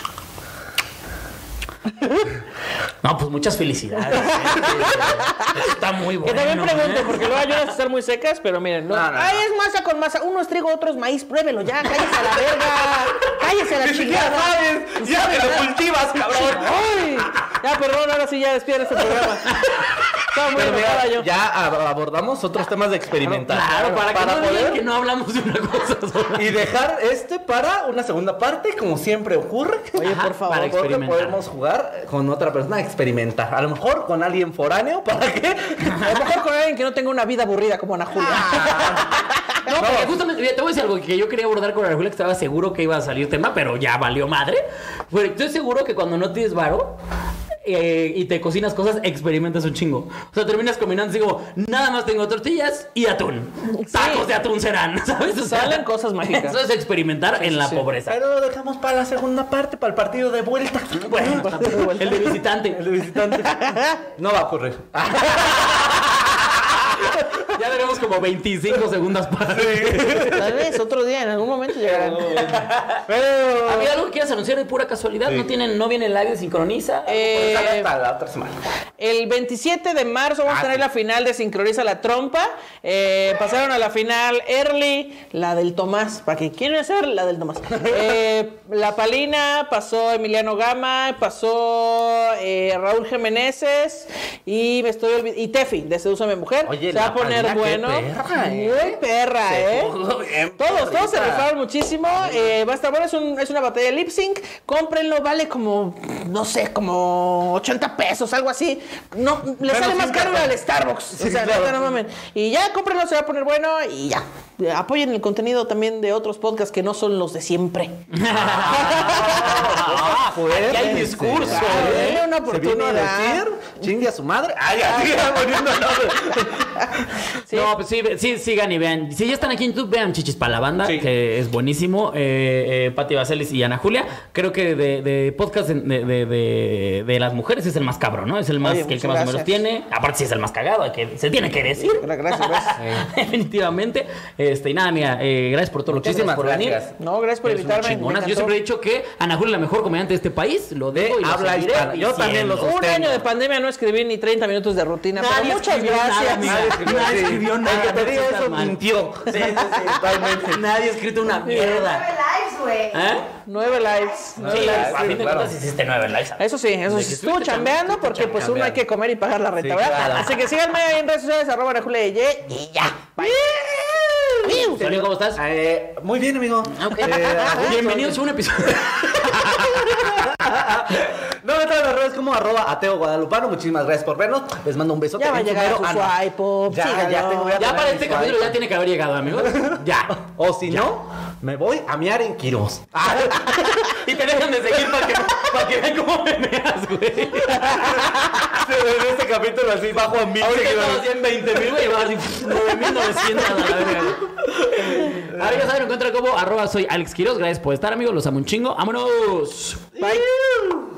No, pues muchas felicidades. ¿eh? Está muy Que bueno. también pregunten, ¿eh? porque luego hay unas que están muy secas, pero miren, no. No, no, Ay, no. es masa con masa. Uno es trigo, otro es maíz. Pruébelo ya, cállese a la verga. Cállese a la Ni siquiera chingada. sabes, ya te lo cultivas, cabrón. Ay, ya, perdón, ahora sí ya despiden este programa. Estaba muy Pero enojada mira, yo. ya ab- abordamos otros temas de experimentar. Claro, para, para que no digan poder que no hablamos de una cosa sola. y dejar este para una segunda parte, como siempre ocurre. Oye, Ajá, por favor. para Porque experimentar. podemos jugar con otra persona, experimentar. A lo mejor con alguien foráneo, ¿para qué? A lo mejor con alguien que no tenga una vida aburrida como Ana Julia. No, porque justamente, mira, te voy a decir algo que yo quería abordar con Ana Julia, que estaba seguro que iba a salir tema, pero ya valió madre. Bueno, estoy seguro que cuando no tienes varo eh, y te cocinas cosas, experimentas un chingo. O sea, terminas combinando así como, nada más tengo tortillas y atún. Tacos de atún serán, ¿sabes? O sea, Salen cosas mágicas. Eso es experimentar en la sí. pobreza. Pero lo dejamos para la segunda parte, para el partido de vuelta. Bueno, el de visitante. El de visitante. No va a ocurrir. Ya tenemos como veinticinco segundas para. Tal vez otro día, en algún momento llegarán. Pero. ¿Había algo que quieras anunciar de pura casualidad? Sí. ¿No tienen, no viene el live de Sincroniza? Eh, Hasta la otra semana. El veintisiete de marzo vamos a Ah, tener sí. la final de Sincroniza la Trompa. Eh, pasaron a la final Early, la del Tomás. ¿Para qué quieren hacer? La del Tomás. Eh, la Palina, pasó Emiliano Gama, pasó eh, Raúl Jiménez y me estoy olvidando. Y Tefi, de Sedúzame Mujer. Oye, Se va la a poner Palina muy bueno. perra, muy ¿eh? perra, Se ¿eh? puso bien Todos, todos se perrita. rifaron muchísimo. Eh, va a estar bueno, es, un- es una batalla de lip sync. Cómprenlo, vale como, no sé, como ochenta pesos, algo así. No, le Menos sale más un caro café. al Starbucks. Sí, o sea, claro. neta, no mamen. Y ya, cómprenlo, se va a poner bueno y ya. Apoyen el contenido también de otros podcasts que no son los de siempre. Ah, fuerte. aquí hay discurso, Ah, ¿eh? denle una Se vino a oportunidad. decir, chingue a su madre. Ay, así poniendo Sí. No, pues sí, sí, sigan y vean. Si ya están aquí en YouTube, vean Chichis para la banda, Sí. que es buenísimo. Eh, eh, Pati Vaselis y Ana Julia. Creo que de, de podcast de, de, de, de las mujeres es el más cabrón, ¿no? Es el más Oye, que el que muchas más números gracias. tiene. Aparte, sí es el más cagado, hay que, se tiene que decir. Gracias, gracias. Definitivamente. Este, y nada, mira, eh, gracias por todo lo que haces, Muchísimas por venir. gracias. No, gracias por Eres una invitarme. me chingona. Yo encantó. siempre he dicho que Ana Julia es la mejor comediante de este país. Lo digo y lo habla seguiré hispana. Yo también lo diciendo. Un sostengo. año de pandemia no escribí ni treinta minutos de rutina, pero muchas escribió nada, gracias. amiga. Nadie escribió, Nadie sí. escribió nada. El que te diga no estás eso mal. mintió. Sí, sí, sí, totalmente. Nadie ha escrito una mierda. Nueve lives, güey. ¿Eh? Nueve lives. Nueve Sí, lives. a fin de claro. cuentas hiciste nueve likes. Eso sí, eso De sí. que Estuvo estuviste chambeando cham- porque pues uno chambeando. hay que comer y pagar la renta, Sí, ¿verdad? claro. Así que síganme ahí en redes sociales, arroba Ana Julia de Ye, y ya. Bye. Saludos, ¿cómo estás? Eh, muy bien, amigo. Ok. Eh, Bienvenidos a un episodio. no me traen las redes como arroba ateo guadalupano. Muchísimas gracias por vernos. Les mando un besote. Ya va a en su llegar mero a su ano. swipe up, Ya, síganlo. ya tengo. voy a Ya poner para mi este swipe. capítulo ya tiene que haber llegado, amigos. Ya. O si no, me voy a mear en Quirós. Y te dejan de seguir para que, para que vean cómo me meas, güey. En este capítulo así bajo a mil Ahorita seguidores. estamos en veinte mil, güey. Va así nueve mil novecientos a la verga. Ahora ya saben, encuentra como arroba soy Alex Quiroz. Gracias por estar, amigos. Los amo un chingo. ¡Vámonos! Bye.